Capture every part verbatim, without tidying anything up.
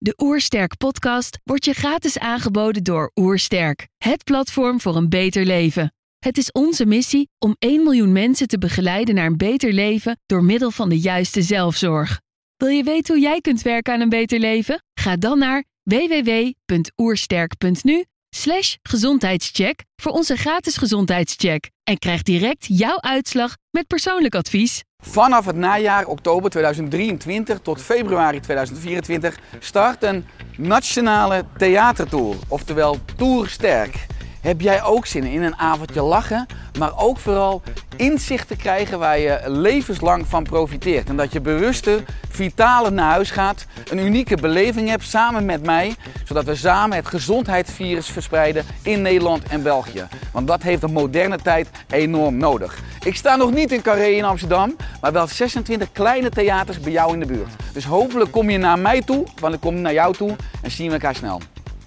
De Oersterk podcast wordt je gratis aangeboden door Oersterk, het platform voor een beter leven. Het is onze missie om één miljoen mensen te begeleiden naar een beter leven door middel van de juiste zelfzorg. Wil je weten hoe jij kunt werken aan een beter leven? Ga dan naar www.oersterk.nu slash gezondheidscheck voor onze gratis gezondheidscheck en krijg direct jouw uitslag met persoonlijk advies. Vanaf het najaar oktober tweeduizend drieëntwintig tot februari tweeduizend vierentwintig start een nationale theatertour, oftewel Tour Sterk. Heb jij ook zin in een avondje lachen, maar ook vooral inzicht te krijgen waar je levenslang van profiteert. En dat je bewuster, vitaler naar huis gaat, een unieke beleving hebt samen met mij, zodat we samen het gezondheidsvirus verspreiden in Nederland en België. Want dat heeft de moderne tijd enorm nodig. Ik sta nog niet in Carré in Amsterdam, maar wel zesentwintig kleine theaters bij jou in de buurt. Dus hopelijk kom je naar mij toe, want ik kom naar jou toe en zien we elkaar snel.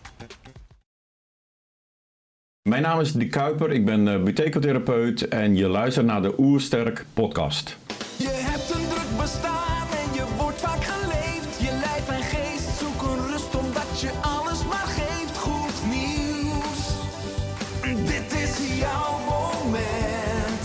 Mijn naam is Dick Kuiper, ik ben uh, butecotherapeut en je luistert naar de Oersterk podcast. Je hebt een druk bestaan en je wordt vaak geleefd. Je lijf en geest zoeken rust omdat je alles maar geeft. Goed nieuws, dit is jouw moment.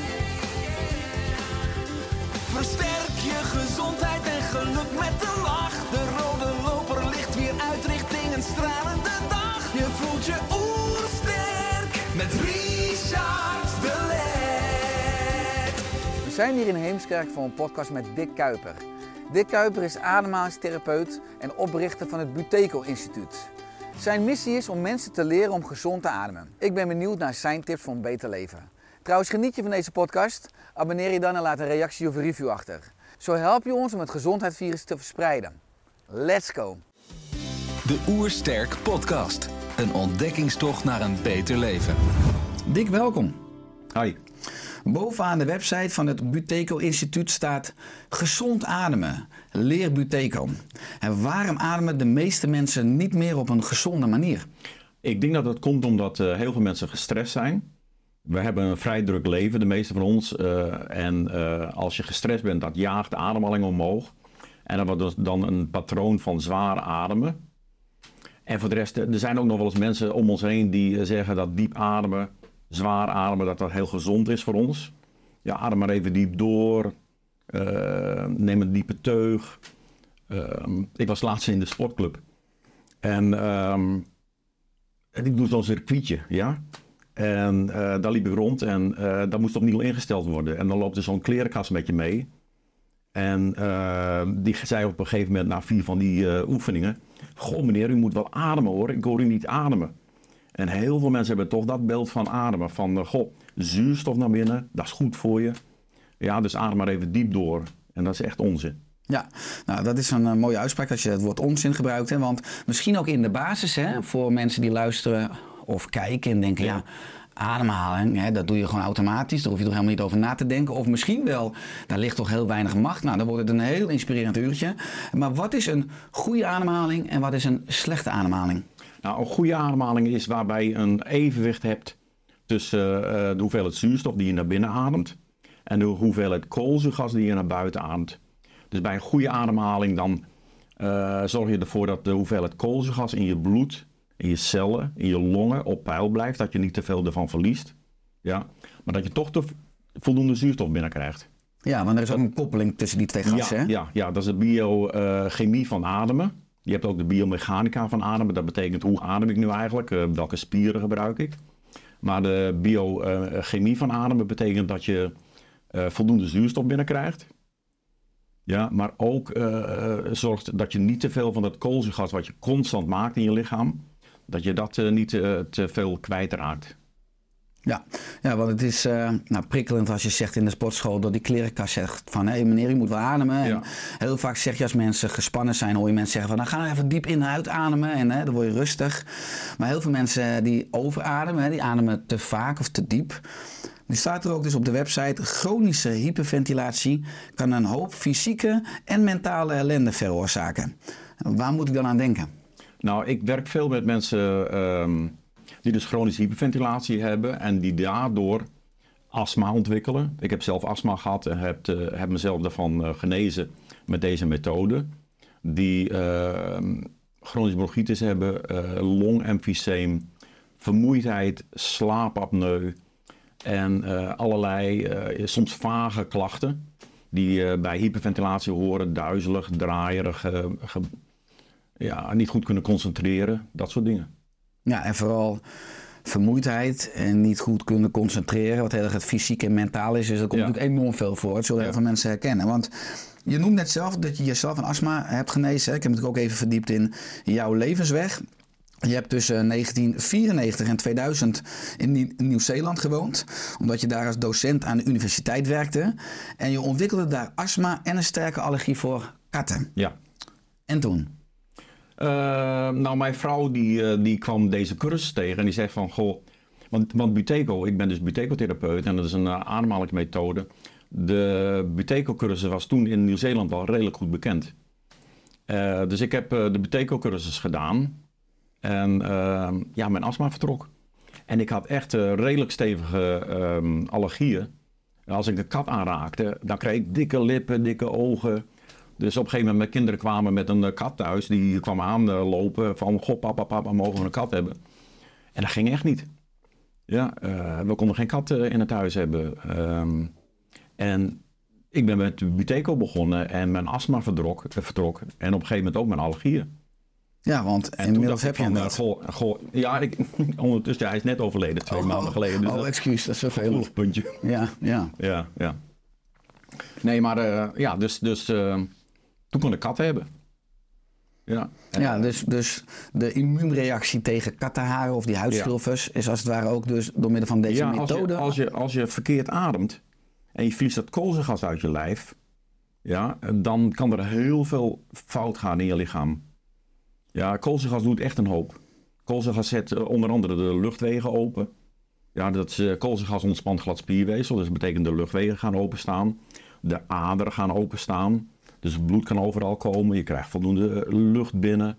Versterk je gezondheid en geluk met de lach. De rode loper ligt weer uit richting een stralende dag. Je voelt je oersterk met Richard de Laat. We zijn hier in Heemskerk voor een podcast met Dick Kuiper. Dick Kuiper is ademhalingstherapeut en oprichter van het Buteco Instituut. Zijn missie is om mensen te leren om gezond te ademen. Ik ben benieuwd naar zijn tips voor een beter leven. Trouwens, geniet je van deze podcast? Abonneer je dan en laat een reactie of een review achter. Zo help je ons om het gezondheidsvirus te verspreiden. Let's go! De Oersterk podcast. Een ontdekkingstocht naar een beter leven. Dick, welkom. Hi. Bovenaan de website van het Buteco Instituut staat gezond ademen. Leer Buteco. En waarom ademen de meeste mensen niet meer op een gezonde manier? Ik denk dat dat komt omdat uh, heel veel mensen gestrest zijn. We hebben een vrij druk leven, de meeste van ons. Uh, en uh, als je gestrest bent, dat jaagt de ademhaling omhoog. En dan wordt dus dan een patroon van zwaar ademen. En voor de rest, er zijn ook nog wel eens mensen om ons heen die zeggen dat diep ademen, zwaar ademen, dat dat heel gezond is voor ons. Ja, adem maar even diep door. Uh, neem een diepe teug. Uh, ik was laatst in de sportclub. En um, ik doe zo'n circuitje, ja. En uh, daar liep ik rond en uh, dat moest opnieuw ingesteld worden. En dan loopt er zo'n klerenkast met je mee. En uh, die zei op een gegeven moment na vier van die uh, oefeningen: goh meneer, u moet wel ademen hoor, ik hoor u niet ademen. En heel veel mensen hebben toch dat beeld van ademen. Van uh, goh, zuurstof naar binnen, dat is goed voor je. Ja, dus adem maar even diep door. En dat is echt onzin. Ja, nou dat is een uh, mooie uitspraak dat je het woord onzin gebruikt. Hè? Want misschien ook in de basis, hè, voor mensen die luisteren of kijken en denken, ja, ja ademhaling, hè, dat doe je gewoon automatisch. Daar hoef je toch helemaal niet over na te denken. Of misschien wel, daar ligt toch heel weinig macht. Nou, dan wordt het een heel inspirerend uurtje. Maar wat is een goede ademhaling en wat is een slechte ademhaling? Nou, een goede ademhaling is waarbij je een evenwicht hebt tussen uh, de hoeveelheid zuurstof die je naar binnen ademt en de hoeveelheid koolzuurgas die je naar buiten ademt. Dus bij een goede ademhaling dan uh, zorg je ervoor dat de hoeveelheid koolzuurgas in je bloed, in je cellen, in je longen op peil blijft, dat je niet te veel ervan verliest. Ja, maar dat je toch de voldoende zuurstof binnenkrijgt. Ja, want er is ook een koppeling tussen die twee gassen, ja, hè? Ja, ja, dat is de biochemie van ademen. Je hebt ook de biomechanica van ademen. Dat betekent hoe adem ik nu eigenlijk, uh, welke spieren gebruik ik. Maar de biochemie van ademen betekent dat je uh, voldoende zuurstof binnenkrijgt. Ja, maar ook uh, zorgt dat je niet te veel van dat koolzuurgas wat je constant maakt in je lichaam, dat je dat uh, niet uh, te veel kwijtraakt. Ja, ja, want het is uh, nou, prikkelend als je zegt in de sportschool dat die klerenkast zegt van hé hey, meneer, u moet wel ademen. En ja. Heel vaak zeg je als mensen gespannen zijn, hoor je mensen zeggen van nou ga nou even diep in en uit ademen en hè, dan word je rustig. Maar heel veel mensen die overademen, hè, die ademen te vaak of te diep. Nu staat er ook dus op de website: chronische hyperventilatie kan een hoop fysieke en mentale ellende veroorzaken. Waar moet ik dan aan denken? Nou, ik werk veel met mensen um, die dus chronische hyperventilatie hebben en die daardoor astma ontwikkelen. Ik heb zelf astma gehad en heb, uh, heb mezelf daarvan uh, genezen met deze methode. Die uh, chronische bronchitis hebben, uh, longemfyseem, vermoeidheid, slaapapneu en uh, allerlei uh, soms vage klachten die uh, bij hyperventilatie horen, duizelig, draaierig, uh, ge, ja, niet goed kunnen concentreren, dat soort dingen. Ja, en vooral vermoeidheid en niet goed kunnen concentreren, wat heel erg het fysiek en mentaal is, dus dat komt ja. natuurlijk enorm veel voor. Dat zullen heel ja. veel mensen herkennen. Want je noemt net zelf dat je jezelf van astma hebt genezen. Ik heb me natuurlijk ook even verdiept in jouw levensweg. Je hebt tussen negentien vierennegentig en tweeduizend in Nieuw-Zeeland gewoond, omdat je daar als docent aan de universiteit werkte. En je ontwikkelde daar astma en een sterke allergie voor katten. Ja. En toen? Uh, nou, mijn vrouw die, uh, die kwam deze cursus tegen en die zegt van, goh, want, want Buteco, ik ben dus Buteco-therapeut en dat is een uh, ademhalingsmethode. De Buteco-cursus was toen in Nieuw-Zeeland al redelijk goed bekend. Uh, dus ik heb uh, de Buteco-cursus gedaan en uh, ja, mijn astma vertrok. En ik had echt uh, redelijk stevige um, allergieën. Als ik een kat aanraakte, dan kreeg ik dikke lippen, dikke ogen. Dus op een gegeven moment, mijn kinderen kwamen met een kat thuis. Die kwam aanlopen van, goh papa, papa, mogen we een kat hebben? En dat ging echt niet. Ja, uh, we konden geen kat uh, in het huis hebben. Um, en ik ben met Buteco begonnen en mijn astma vertrok, uh, vertrok. En op een gegeven moment ook mijn allergieën. Ja, want en inmiddels heb je hem uh, goh, goh, ja, ik, ondertussen, ja, hij is net overleden, twee oh, maanden geleden. Dus oh, dat, excuus, dat is zoveel. Een puntje. Ja, ja. Ja, ja. Nee, maar uh, ja, dus... dus uh, toen kon ik katten hebben. Ja, en ja dus, dus de immuunreactie tegen kattenharen of die huidschilfers ja. is als het ware ook dus door middel van deze ja, methode. Als je, als, je, als je verkeerd ademt en je verliest dat koolzuurgas uit je lijf, ja, dan kan er heel veel fout gaan in je lichaam. Ja, koolzuurgas doet echt een hoop. Koolzuurgas zet uh, onder andere de luchtwegen open. Ja, dat uh, koolzuurgas ontspant glad spierweefsel, dus dat betekent de luchtwegen gaan openstaan. De aderen gaan openstaan. Dus het bloed kan overal komen, je krijgt voldoende lucht binnen.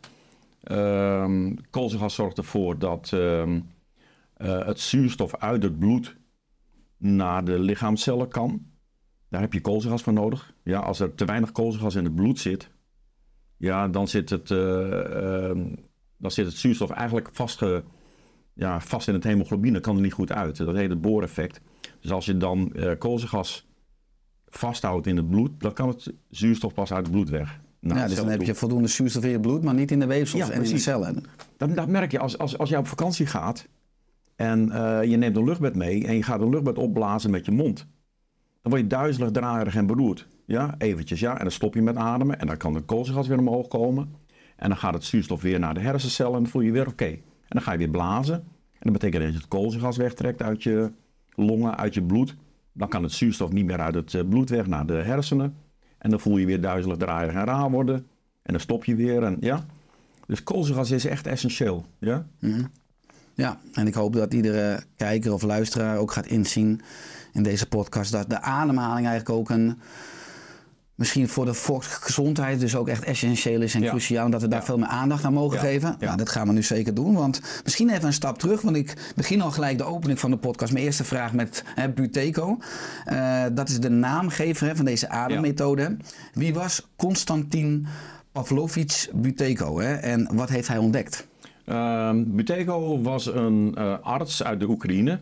Uh, koolzuurgas zorgt ervoor dat uh, uh, het zuurstof uit het bloed naar de lichaamcellen kan. Daar heb je koolzuurgas voor nodig. Ja, als er te weinig koolzuurgas in het bloed zit, ja, dan, zit het, uh, uh, dan zit het zuurstof eigenlijk vastge, ja, vast in het hemoglobine, kan er niet goed uit. Dat heet het booreffect. Dus als je dan uh, koolzuurgas vasthoudt in het bloed, dan kan het zuurstof pas uit het bloed weg. Nou, ja, dus dan heb je voldoende zuurstof in je bloed, maar niet in de weefsels ja, en in de cellen. Dat, dat merk je als, als, als je op vakantie gaat en uh, je neemt een luchtbed mee en je gaat een luchtbed opblazen met je mond. Dan word je duizelig, draaierig en beroerd. Ja, eventjes, ja. En dan stop je met ademen en dan kan de koolzuurgas weer omhoog komen. En dan gaat het zuurstof weer naar de hersencellen en dan voel je weer oké. Okay. En dan ga je weer blazen. En dat betekent dat je het koolzuurgas wegtrekt uit je longen, uit je bloed. Dan kan het zuurstof niet meer uit het bloed weg naar de hersenen. En dan voel je weer duizelig, draaierig en raar worden. En dan stop je weer. En, ja. Dus koolzuurgas is echt essentieel. Ja? Mm-hmm. Ja, en ik hoop dat iedere kijker of luisteraar ook gaat inzien in deze podcast dat de ademhaling eigenlijk ook een, misschien voor de volksgezondheid dus ook echt essentieel is en ja. cruciaal. En dat we daar ja. veel meer aandacht aan mogen ja. geven. Ja. Nou, dat gaan we nu zeker doen. Want misschien even een stap terug. Want ik begin al gelijk de opening van de podcast. Mijn eerste vraag met hè, Buteco. Uh, dat is de naamgever hè, van deze ademmethode. Ja. Wie was Konstantin Pavlovich Buteco? Hè? En wat heeft hij ontdekt? Uh, Buteco was een uh, arts uit de Oekraïne.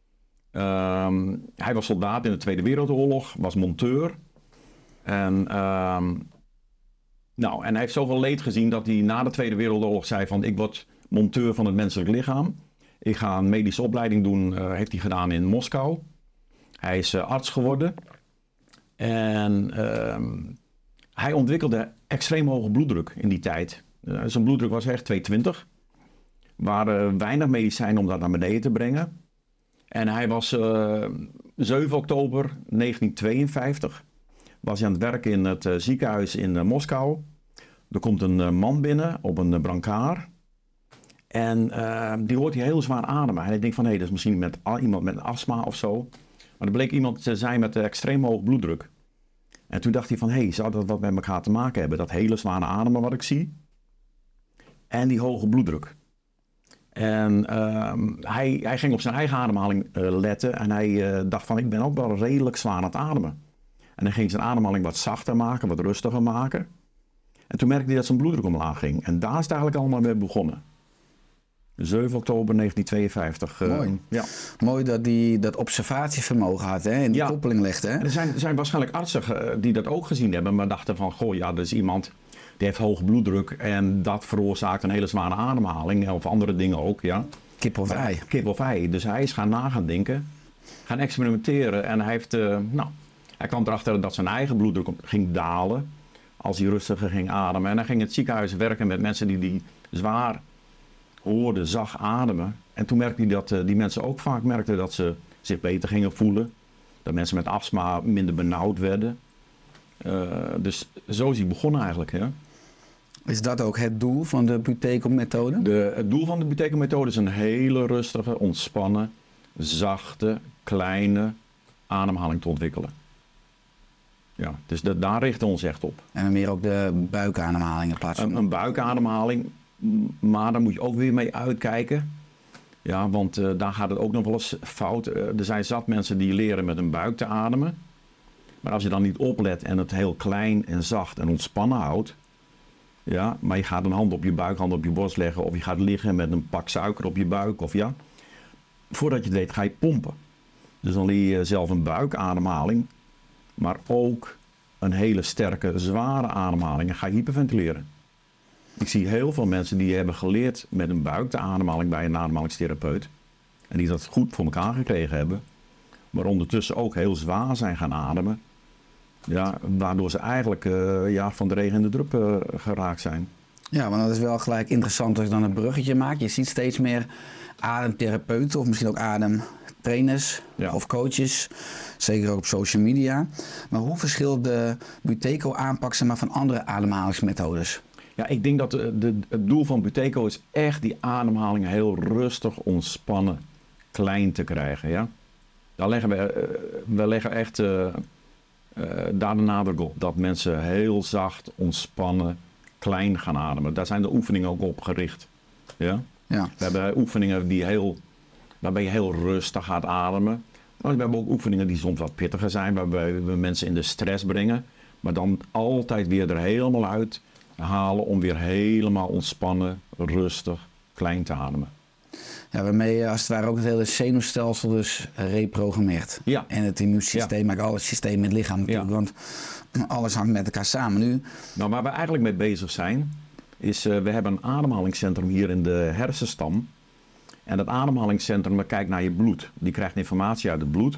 Uh, hij was soldaat in de Tweede Wereldoorlog. Was monteur. En, uh, nou, en hij heeft zoveel leed gezien dat hij na de Tweede Wereldoorlog zei van ik word monteur van het menselijk lichaam. Ik ga een medische opleiding doen, uh, heeft hij gedaan in Moskou. Hij is uh, arts geworden. En uh, hij ontwikkelde extreem hoge bloeddruk in die tijd. Uh, zijn bloeddruk was echt tweehonderdtwintig. Er waren weinig medicijnen om dat naar beneden te brengen. En hij was uh, zeven oktober negentien tweeënvijftig. Was hij aan het werk in het uh, ziekenhuis in uh, Moskou. Er komt een uh, man binnen op een uh, brancard. En uh, die hoort hij heel zwaar ademen. Hij denkt van, hé, hey, dat is misschien met, uh, iemand met astma of zo. Maar er bleek iemand te zijn met uh, extreem hoog bloeddruk. En toen dacht hij van, hé, hey, zou dat wat met elkaar te maken hebben? Dat hele zware ademen wat ik zie. En die hoge bloeddruk. En uh, hij, hij ging op zijn eigen ademhaling uh, letten. En hij uh, dacht van, ik ben ook wel redelijk zwaar aan het ademen. En hij ging zijn ademhaling wat zachter maken, wat rustiger maken. En toen merkte hij dat zijn bloeddruk omlaag ging. En daar is het eigenlijk allemaal mee begonnen. zeven oktober negentien tweeënvijftig. Mooi. Uh, ja. Mooi dat hij dat observatievermogen had, hè? En die Ja. koppeling legde. Hè? En er zijn, er zijn waarschijnlijk artsen uh, die dat ook gezien hebben, maar dachten van, goh, ja, dat is iemand die heeft hoge bloeddruk en dat veroorzaakt een hele zware ademhaling of andere dingen ook, ja. Kip of ei. Kip of ei. Dus hij is gaan na gaan denken, gaan experimenteren en hij heeft, uh, nou, hij kwam erachter dat zijn eigen bloeddruk ging dalen als hij rustiger ging ademen. En hij ging in het ziekenhuis werken met mensen die, die zwaar hoorden, zag ademen. En toen merkte hij dat uh, die mensen ook vaak merkten dat ze zich beter gingen voelen. Dat mensen met astma minder benauwd werden. Uh, dus zo is hij begonnen eigenlijk. Hè? Is dat ook het doel van de Buteyko-methode? De, het doel van de Buteyko-methode is een hele rustige, ontspannen, zachte, kleine ademhaling te ontwikkelen. Ja, dus de, daar richten we ons echt op. En dan meer ook de buikademhaling in plaats van... Een, een buikademhaling, maar daar moet je ook weer mee uitkijken. Ja, want uh, daar gaat het ook nog wel eens fout. Uh, er zijn zat mensen die leren met een buik te ademen. Maar als je dan niet oplet en het heel klein en zacht en ontspannen houdt. Ja, maar je gaat een hand op je buik, hand op je borst leggen. Of je gaat liggen met een pak suiker op je buik. Of ja, voordat je het weet ga je pompen. Dus dan leer je zelf een buikademhaling. Maar ook een hele sterke, zware ademhaling. En ga je hyperventileren. Ik zie heel veel mensen die hebben geleerd met een buik te ademhaling bij een ademhalingstherapeut. En die dat goed voor elkaar gekregen hebben. Maar ondertussen ook heel zwaar zijn gaan ademen. Ja, waardoor ze eigenlijk uh, ja, van de regen in de drup uh, geraakt zijn. Ja, maar dat is wel gelijk interessant als je dan een bruggetje maakt. Je ziet steeds meer ademtherapeuten of misschien ook ademtrainers Ja. of coaches. Zeker ook op social media. Maar hoe verschilt de Buteyko-aanpak zeg maar, van andere ademhalingsmethodes? Ja, ik denk dat de, de, het doel van Buteyko is echt die ademhaling heel rustig, ontspannen, klein te krijgen. Ja? Daar leggen we, uh, we leggen echt uh, uh, daar de nadruk op. Dat mensen heel zacht, ontspannen, klein gaan ademen. Daar zijn de oefeningen ook op gericht. Ja? Ja. We hebben oefeningen die heel, waarbij je heel rustig gaat ademen. Maar we hebben ook oefeningen die soms wat pittiger zijn, waarbij we mensen in de stress brengen. Maar dan altijd weer er helemaal uit halen om weer helemaal ontspannen, rustig, klein te ademen. Ja, waarmee je als het ware ook het hele zenuwstelsel dus reprogrammeert. Ja. En het immuunsysteem, maar ook alle systemen in het lichaam natuurlijk. Ja. Want alles hangt met elkaar samen nu. Nou, waar we eigenlijk mee bezig zijn, is uh, we hebben een ademhalingscentrum hier in de hersenstam. En dat ademhalingscentrum dat kijkt naar je bloed. Die krijgt informatie uit het bloed.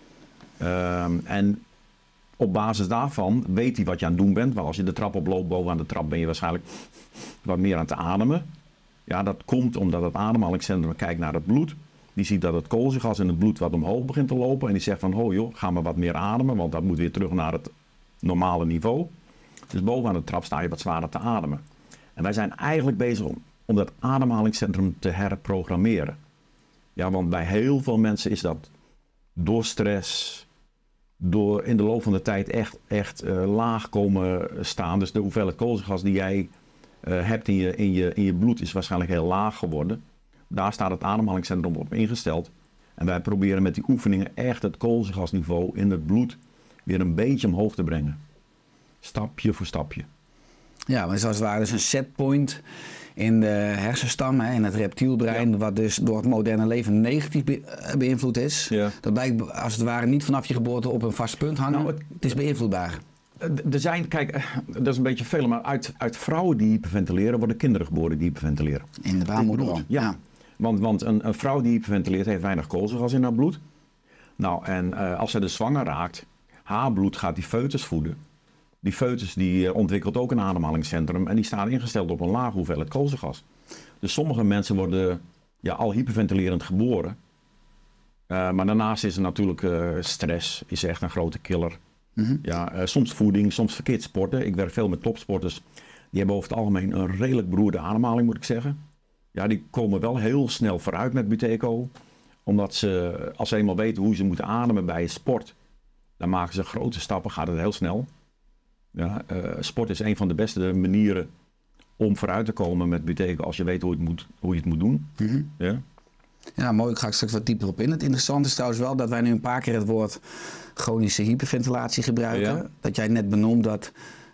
Uh, en op basis daarvan weet hij wat je aan het doen bent. Want als je de trap oploopt, bovenaan de trap ben je waarschijnlijk wat meer aan het ademen. Ja, dat komt omdat het ademhalingscentrum kijkt naar het bloed. Die ziet dat het koolzuurgas in het bloed wat omhoog begint te lopen. En die zegt van, oh joh, ga maar wat meer ademen. Want dat moet weer terug naar het normale niveau. Dus bovenaan de trap sta je wat zwaarder te ademen. En wij zijn eigenlijk bezig om, om dat ademhalingscentrum te herprogrammeren. Ja, want bij heel veel mensen is dat door stress, door in de loop van de tijd echt, echt uh, laag komen staan. Dus de hoeveelheid koolzuurgas die jij uh, hebt in je, in, je, in je bloed is waarschijnlijk heel laag geworden. Daar staat het ademhalingscentrum op ingesteld. En wij proberen met die oefeningen echt het koolzuurgasniveau in het bloed weer een beetje omhoog te brengen. Stapje voor stapje. Ja, maar zoals het ware dus een setpoint in de hersenstam, hè, in het reptielbrein, ja. Wat dus door het moderne leven negatief be- beïnvloed is. Ja. Dat blijkt als het ware niet vanaf je geboorte op een vast punt hangen. Nou, het, het is beïnvloedbaar. Er zijn, kijk, dat is een beetje veel, maar uit, uit vrouwen die hyperventileren worden kinderen geboren die hyperventileren. In de baarmoeder al. Ja, ja. Want, want een, een vrouw die hyperventileert heeft weinig koolzuurgas in haar bloed. Nou, en uh, als zij dus zwanger raakt, haar bloed gaat die foetus voeden. Die foetus die uh, ontwikkelt ook een ademhalingscentrum en die staat ingesteld op een laag hoeveelheid koolzuurgas. Dus sommige mensen worden ja, al hyperventilerend geboren. Uh, maar daarnaast is er natuurlijk uh, stress, is echt een grote killer. Mm-hmm. Ja, uh, soms voeding, soms verkeerd sporten. Ik werk veel met topsporters. Die hebben over het algemeen een redelijk beroerde ademhaling, moet ik zeggen. Ja, die komen wel heel snel vooruit met Buteyko. Omdat ze, als ze eenmaal weten hoe ze moeten ademen bij sport, dan maken ze grote stappen, gaat het heel snel. Ja, uh, sport is een van de beste manieren om vooruit te komen met Buteyko als je weet hoe je het moet, hoe je het moet doen. Mm-hmm. Ja. Ja, mooi. Ik ga ik straks wat dieper op in. Het interessante is trouwens wel dat wij nu een paar keer het woord chronische hyperventilatie gebruiken. Ja. Dat jij net benoemt dat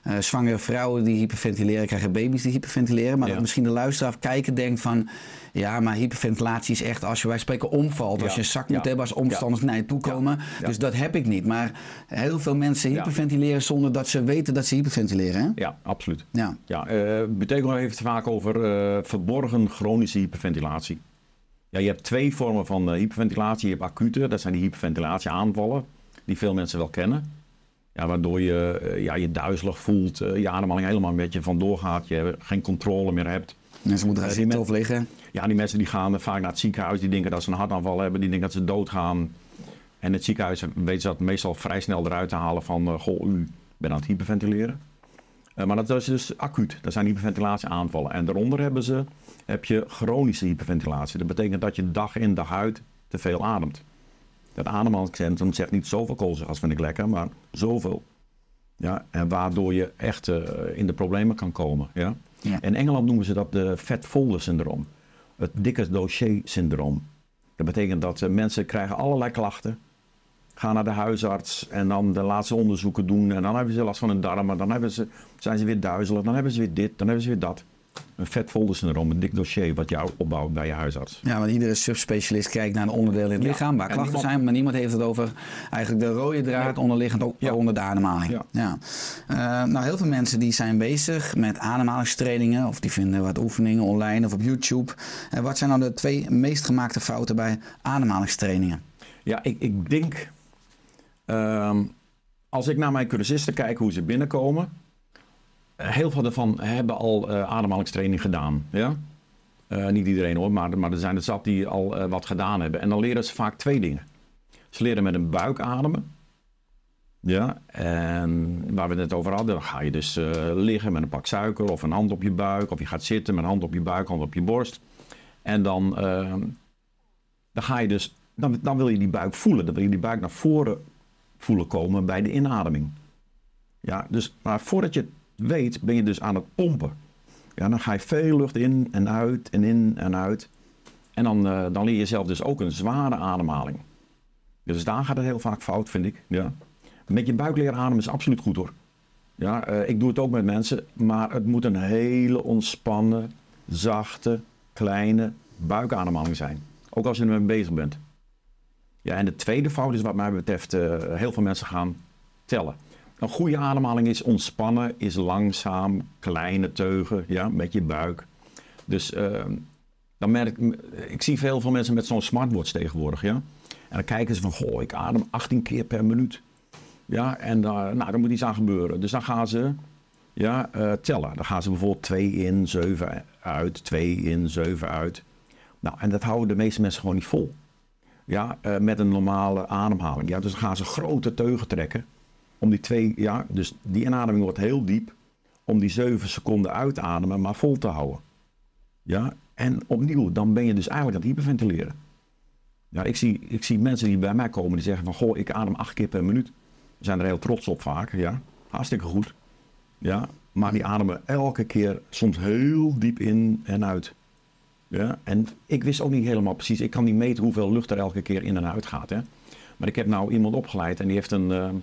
uh, zwangere vrouwen die hyperventileren krijgen baby's die hyperventileren. Maar Ja. dat misschien de luisteraar of kijker denkt van... Ja, maar hyperventilatie is echt als je, wij spreken, omvalt. Ja. Als je een zak Ja. moet hebben als omstanders Ja. naar je toe komen. Ja. Ja. Dus dat heb ik niet. Maar heel veel mensen Ja. hyperventileren zonder dat ze weten dat ze hyperventileren. Hè? Ja, absoluut. Ja. Ja, uh, betekent heeft het vaak over uh, verborgen chronische hyperventilatie. Ja, je hebt twee vormen van uh, hyperventilatie. Je hebt acute, dat zijn die hyperventilatieaanvallen, die veel mensen wel kennen. Ja, waardoor je uh, ja, je duizelig voelt, uh, je ademhaling helemaal een beetje vandoor gaat, je geen controle meer hebt. Mensen moeten gaan Uh, die zitten men- of liggen. Ja, die mensen die gaan uh, vaak naar het ziekenhuis, die denken dat ze een hartaanval hebben, die denken dat ze doodgaan. En het ziekenhuis weet ze dat meestal vrij snel eruit te halen van, uh, goh, u bent aan het hyperventileren. Uh, maar dat is dus acuut, dat zijn hyperventilatieaanvallen. En daaronder hebben ze, heb je chronische hyperventilatie. Dat betekent dat je dag in dag uit te veel ademt. Dat ademhalingscentrum zegt niet zoveel koolzuurgas vind ik lekker, maar zoveel. Ja, en waardoor je echt uh, in de problemen kan komen. Ja? Ja. In Engeland noemen ze dat de fat folder syndroom. Het dikke dossier syndroom. Dat betekent dat uh, mensen krijgen allerlei klachten. Gaan naar de huisarts en dan de laatste onderzoeken doen. En dan hebben ze last van hun darmen. Dan hebben ze, zijn ze weer duizelig. Dan hebben ze weer dit. Dan hebben ze weer dat. Een fat folder syndroom. Een dik dossier wat jou opbouwt bij je huisarts. Ja, want iedere subspecialist kijkt naar een onderdeel in het Ja. lichaam waar En klachten niemand- zijn, maar niemand heeft het over eigenlijk de rode draad Nee. onderliggend ook Ja. onder de ademhaling. Ja. Ja. Uh, nou, heel veel mensen die zijn bezig met ademhalingstrainingen of die vinden wat oefeningen online of op YouTube. Uh, wat zijn nou de twee meest gemaakte fouten bij ademhalingstrainingen? Ja, ik, ik denk... Um, als ik naar mijn cursisten kijk hoe ze binnenkomen... Heel veel daarvan hebben al uh, ademhalingstraining gedaan. Ja? Uh, niet iedereen hoor, maar, maar er zijn er zat die al uh, wat gedaan hebben. En dan leren ze vaak twee dingen. Ze leren met een buik ademen. Ja, en waar we het net over hadden, dan ga je dus uh, liggen met een pak suiker of een hand op je buik. Of je gaat zitten met een hand op je buik, hand op je borst. En dan, uh, dan ga je dus, dan, dan wil je die buik voelen. Dan wil je die buik naar voren voelen komen bij de inademing. Ja, dus, maar voordat je weet, ben je dus aan het pompen. Ja, dan ga je veel lucht in en uit en in en uit. En dan, uh, dan leer je zelf dus ook een zware ademhaling. Dus daar gaat het heel vaak fout, vind ik. Ja. Met je buik leren ademen is absoluut goed hoor. Ja, uh, ik doe het ook met mensen, maar het moet een hele ontspannen, zachte, kleine buikademhaling zijn. Ook als je ermee bezig bent. Ja, en de tweede fout is wat mij betreft, uh, heel veel mensen gaan tellen. Een goede ademhaling is ontspannen, is langzaam, kleine teugen, ja, met je buik. Dus uh, dan merk ik, ik zie veel veel mensen met zo'n smartwatch tegenwoordig, ja. En dan kijken ze van, goh, ik adem achttien keer per minuut. Ja, en uh, nou, er moet iets aan gebeuren. Dus dan gaan ze ja, uh, tellen. Dan gaan ze bijvoorbeeld twee in, zeven uit, twee in, zeven uit. Nou, en dat houden de meeste mensen gewoon niet vol. Ja, uh, met een normale ademhaling. Ja, dus dan gaan ze grote teugen trekken. Om die twee, ja, dus die inademing wordt heel diep. Om die zeven seconden uitademen, maar vol te houden. Ja, en opnieuw, dan ben je dus eigenlijk aan het hyperventileren. Ja, ik zie, ik zie mensen die bij mij komen die zeggen van, goh, ik adem acht keer per minuut. We zijn er heel trots op vaak, ja. Hartstikke goed. Ja, maar die ademen elke keer soms heel diep in en uit. Ja, en ik wist ook niet helemaal precies, ik kan niet meten hoeveel lucht er elke keer in en uit gaat. Hè. Maar ik heb nou iemand opgeleid en die heeft een, uh,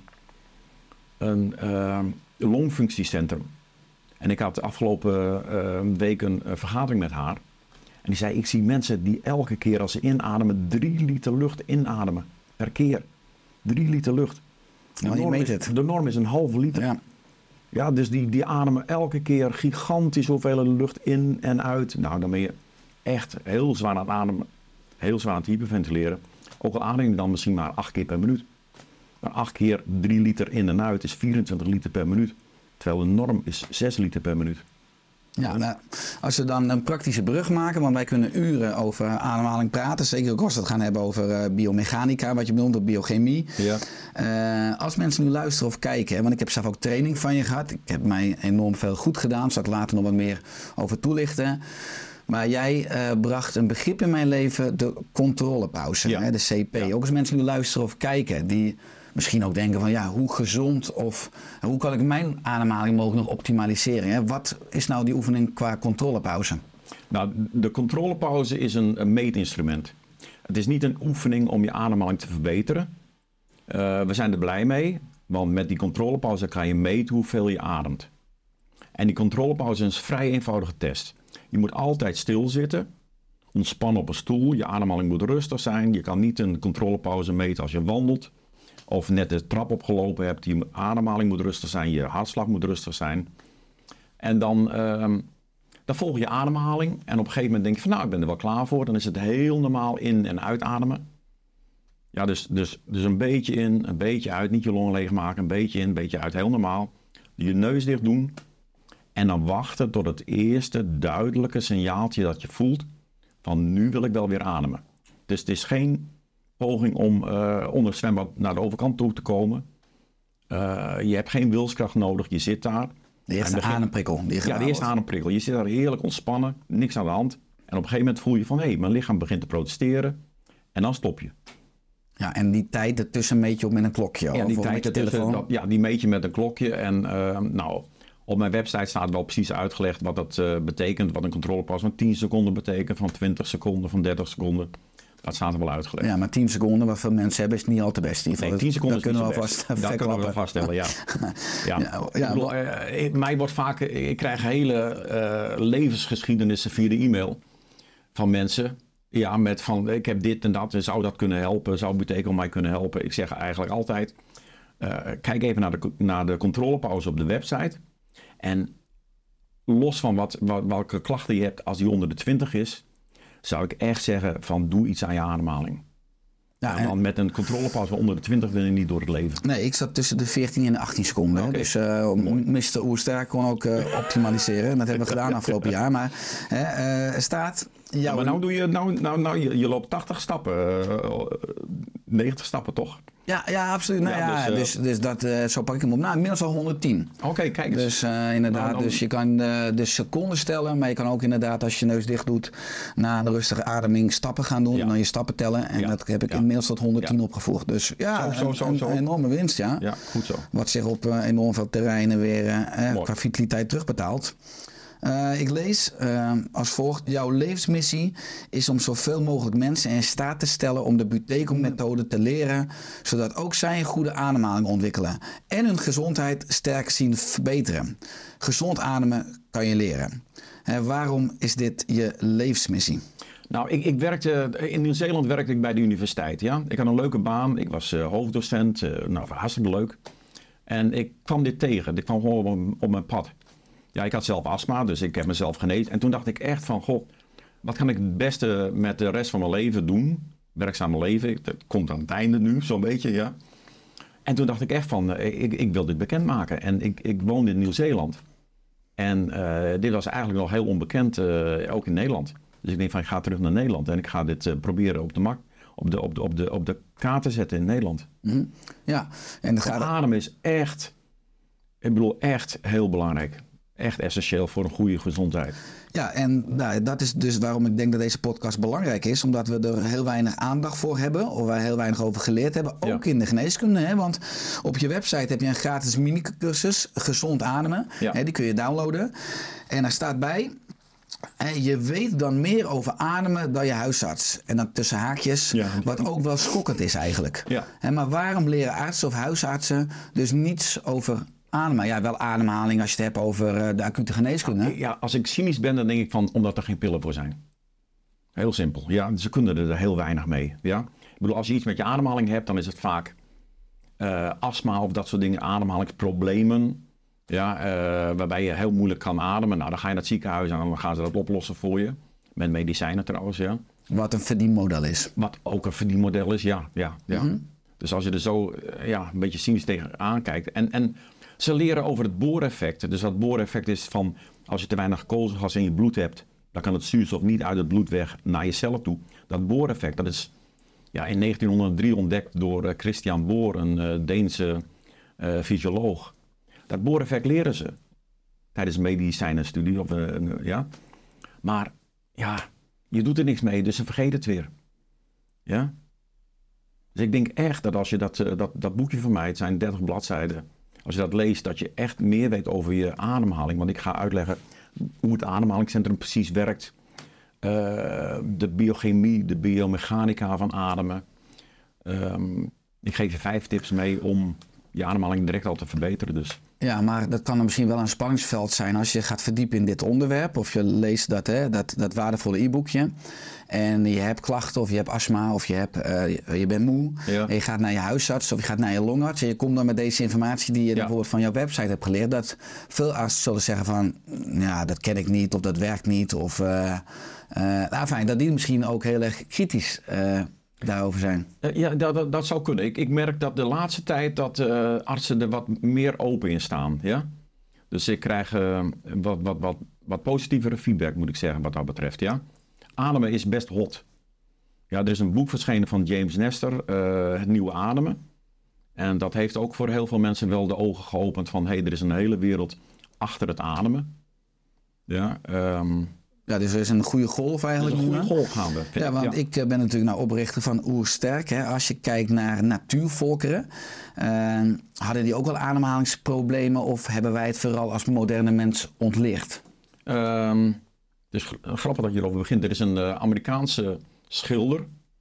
een uh, longfunctiecentrum. En ik had de afgelopen uh, week een uh, vergadering met haar. En die zei, ik zie mensen die elke keer als ze inademen drie liter lucht inademen. Per keer. Drie liter lucht. De, Maar je norm, meet is, het. de norm is een halve liter. Ja. Ja, dus die, die ademen elke keer gigantisch hoeveelheden lucht in en uit. Nou, dan ben je echt heel zwaar aan het ademen. Heel zwaar aan het hyperventileren. Ook al adem je dan misschien maar acht keer per minuut. Maar acht keer drie liter in en uit is vierentwintig liter per minuut. Terwijl de norm is zes liter per minuut. Ja, nou, als we dan een praktische brug maken, want wij kunnen uren over ademhaling praten. Zeker ook als we het gaan hebben over uh, biomechanica, wat je benoemt, of biochemie. Ja. Uh, als mensen nu luisteren of kijken, hè, want ik heb zelf ook training van je gehad. Ik heb mij enorm veel goed gedaan, zal ik later nog wat meer over toelichten. Maar jij uh, bracht een begrip in mijn leven, de controlepauze, Ja. hè, de C P. Ja. Ook als mensen nu luisteren of kijken, die misschien ook denken van ja, hoe gezond of hoe kan ik mijn ademhaling mogelijk nog optimaliseren? Hè? Wat is nou die oefening qua controlepauze? Nou, de controlepauze is een, een meetinstrument. Het is niet een oefening om je ademhaling te verbeteren. Uh, we zijn er blij mee, want met die controlepauze kan je meten hoeveel je ademt. En die controlepauze is een vrij eenvoudige test. Je moet altijd stilzitten, ontspannen op een stoel. Je ademhaling moet rustig zijn. Je kan niet een controlepauze meten als je wandelt. Of net de trap opgelopen hebt. Je ademhaling moet rustig zijn. Je hartslag moet rustig zijn. En dan, uh, dan volg je ademhaling. En op een gegeven moment denk je van nou, ik ben er wel klaar voor. Dan is het heel normaal in- en uitademen. Ja, dus, dus, dus een beetje in, een beetje uit. Niet je longen leegmaken. Een beetje in, een beetje uit. Heel normaal. Je neus dicht doen. En dan wachten tot het eerste duidelijke signaaltje dat je voelt. Van nu wil ik wel weer ademen. Dus het is geen poging om uh, onder het zwembad naar de overkant toe te komen. Uh, je hebt geen wilskracht nodig. Je zit daar. De eerste begin... ademprikkel. Die ja, de eerste ademprikkel. Je zit daar heerlijk ontspannen. Niks aan de hand. En op een gegeven moment voel je van hé, hey, mijn lichaam begint te protesteren. En dan stop je. Ja, en die tijd ertussen meet je op met een klokje? Ja, die of tijd met je ertussen, telefoon? dat, ja, die meet je met een klokje. En uh, nou, op mijn website staat wel precies uitgelegd wat dat uh, betekent. Wat een controlepauze van tien seconden betekent. Van twintig seconden, van dertig seconden. Dat staat er wel uitgelegd. Ja, maar tien seconden, wat veel mensen hebben, is niet al te best. In ieder geval. Nee, tien seconden dat is kunnen niet we zo vast best. Dat kunnen we wel vaststellen, ja. ja. ja, ja ik bedoel, uh, mij wordt vaak, ik krijg hele uh, levensgeschiedenissen via de e-mail van mensen. Ja, met van ik heb dit en dat, zou dat kunnen helpen? Zou Buteyko mij kunnen helpen? Ik zeg eigenlijk altijd, uh, kijk even naar de, naar de controlepauze op de website. En los van wat, wat, welke klachten je hebt als die onder de twintig is, zou ik echt zeggen van doe iets aan je ademhaling. Ja, en... Want met een controlepauze onder de twintig wil je niet door het leven. Nee, ik zat tussen de veertien en de achttien seconden. Okay. Dus uh, mister Oersterk kon ook uh, optimaliseren. En dat hebben we gedaan afgelopen jaar. Maar er uh, staat... Jouw... Ja, maar nou doe je, nou, nou, nou, je, je loopt tachtig stappen, uh, negentig stappen toch? Ja, ja, absoluut. Nou, ja, ja, dus, uh, dus, dus dat, uh, zo pak ik hem op. Nou, inmiddels al honderdtien. Oké, okay, kijk eens. Dus uh, inderdaad, nou, dan... dus je kan uh, de seconden stellen, maar je kan ook inderdaad als je neus dicht doet, na een rustige ademing stappen gaan doen. Ja. En dan je stappen tellen. En ja. dat heb ik ja. inmiddels tot honderdtien ja. opgevoerd. Dus ja, zo, zo, zo, een, zo. een enorme winst, ja. Ja, goed zo. Wat zich op uh, enorm veel terreinen weer uh, qua vitaliteit terugbetaalt. Uh, ik lees uh, als volgt. Jouw levensmissie is om zoveel mogelijk mensen in staat te stellen om de Buteyko-methode te leren, zodat ook zij een goede ademhaling ontwikkelen en hun gezondheid sterk zien verbeteren. Gezond ademen kan je leren. Uh, waarom is dit je levensmissie? Nou, ik, ik werkte, in Nieuw-Zeeland werkte ik bij de universiteit. Ja? Ik had een leuke baan. Ik was uh, hoofddocent. Uh, nou, hartstikke leuk. En ik kwam dit tegen. Dit kwam gewoon op, op mijn pad. Ja, ik had zelf astma, dus ik heb mezelf genezen. En toen dacht ik echt van, goh, wat kan ik het beste met de rest van mijn leven doen? Werkzame leven, dat komt aan het einde nu, zo'n beetje, ja. En toen dacht ik echt van, ik, ik wil dit bekendmaken. En ik, ik woonde in Nieuw-Zeeland. En uh, dit was eigenlijk nog heel onbekend, uh, ook in Nederland. Dus ik denk van, ik ga terug naar Nederland en ik ga dit uh, proberen op de mak. Op de, op, de, op, de, op de kaart te zetten in Nederland. Mm-hmm. Ja, en de gaat... adem is echt, ik bedoel, echt heel belangrijk. Echt essentieel voor een goede gezondheid. Ja, en nou, dat is dus waarom ik denk dat deze podcast belangrijk is. Omdat we er heel weinig aandacht voor hebben. Of wij heel weinig over geleerd hebben. Ook ja. in de geneeskunde. Hè? Want op je website heb je een gratis mini-cursus. Gezond ademen. Ja. Hè, die kun je downloaden. En daar staat bij... En je weet dan meer over ademen dan je huisarts. En dan tussen haakjes, ja. wat ook wel schokkend is eigenlijk. Ja. En maar waarom leren artsen of huisartsen dus niets over ademen? Ja, wel ademhaling als je het hebt over uh, de acute geneeskunde. Ja, als ik cynisch ben, dan denk ik van, omdat er geen pillen voor zijn. Heel simpel. Ja, ze kunnen er heel weinig mee. Ja? Ik bedoel, als je iets met je ademhaling hebt, dan is het vaak uh, astma of dat soort dingen, ademhalingsproblemen. Ja, uh, waarbij je heel moeilijk kan ademen. Nou, dan ga je naar het ziekenhuis en dan gaan ze dat oplossen voor je. Met medicijnen trouwens, ja. Wat een verdienmodel is. Wat ook een verdienmodel is, ja. ja, ja. Mm-hmm. Dus als je er zo uh, ja, een beetje cynisch tegen aankijkt. En, en ze leren over het booreffect. Dus dat booreffect is van, als je te weinig koolstofgas in je bloed hebt, dan kan het zuurstof niet uit het bloed weg naar je cellen toe. Dat booreffect, dat is ja, in negentienhonderddrie ontdekt door uh, Christian Bohr, een uh, Deense uh, fysioloog. Dat booreffect leren ze tijdens medicijnenstudie. Of, uh, uh, ja. Maar ja, je doet er niks mee, dus ze vergeten het weer. Ja? Dus ik denk echt dat als je dat, uh, dat, dat boekje van mij, het zijn dertig bladzijden, als je dat leest, dat je echt meer weet over je ademhaling. Want ik ga uitleggen hoe het ademhalingscentrum precies werkt. Uh, de biochemie, de biomechanica van ademen. Um, ik geef je vijf tips mee om je ademhaling direct al te verbeteren. Dus. Ja, maar dat kan dan misschien wel een spanningsveld zijn als je gaat verdiepen in dit onderwerp. Of je leest dat, hè, dat, dat waardevolle e-boekje. En je hebt klachten of je hebt astma of je, hebt, uh, je bent moe. Ja. En je gaat naar je huisarts of je gaat naar je longarts. En je komt dan met deze informatie die je ja. bijvoorbeeld van jouw website hebt geleerd. Dat veel artsen zullen zeggen van, ja, dat ken ik niet of dat werkt niet. Of, uh, uh, nou, fijn, dat die misschien ook heel erg kritisch uh, daarover zijn. Uh, ja, dat, dat, dat zou kunnen. Ik, ik merk dat de laatste tijd dat uh, artsen er wat meer open in staan. Ja? Dus ik krijg uh, wat, wat, wat, wat positievere feedback, moet ik zeggen, wat dat betreft. Ja? Ademen is best hot. Ja, er is een boek verschenen van James Nestor, uh, Het Nieuwe Ademen. En dat heeft ook voor heel veel mensen wel de ogen geopend van, hé, hey, er is een hele wereld achter het ademen. Ja, um, Ja, dus er is een goede golf eigenlijk. Er is een goede nu, golf gaande. Ja, want ja. ik ben natuurlijk nou oprichter van Oersterk. Hè. Als je kijkt naar natuurvolkeren, uh, hadden die ook wel ademhalingsproblemen of hebben wij het vooral als moderne mens ontleerd? Um, het is grappig dat je erover begint. Er is een uh, Amerikaanse schilder,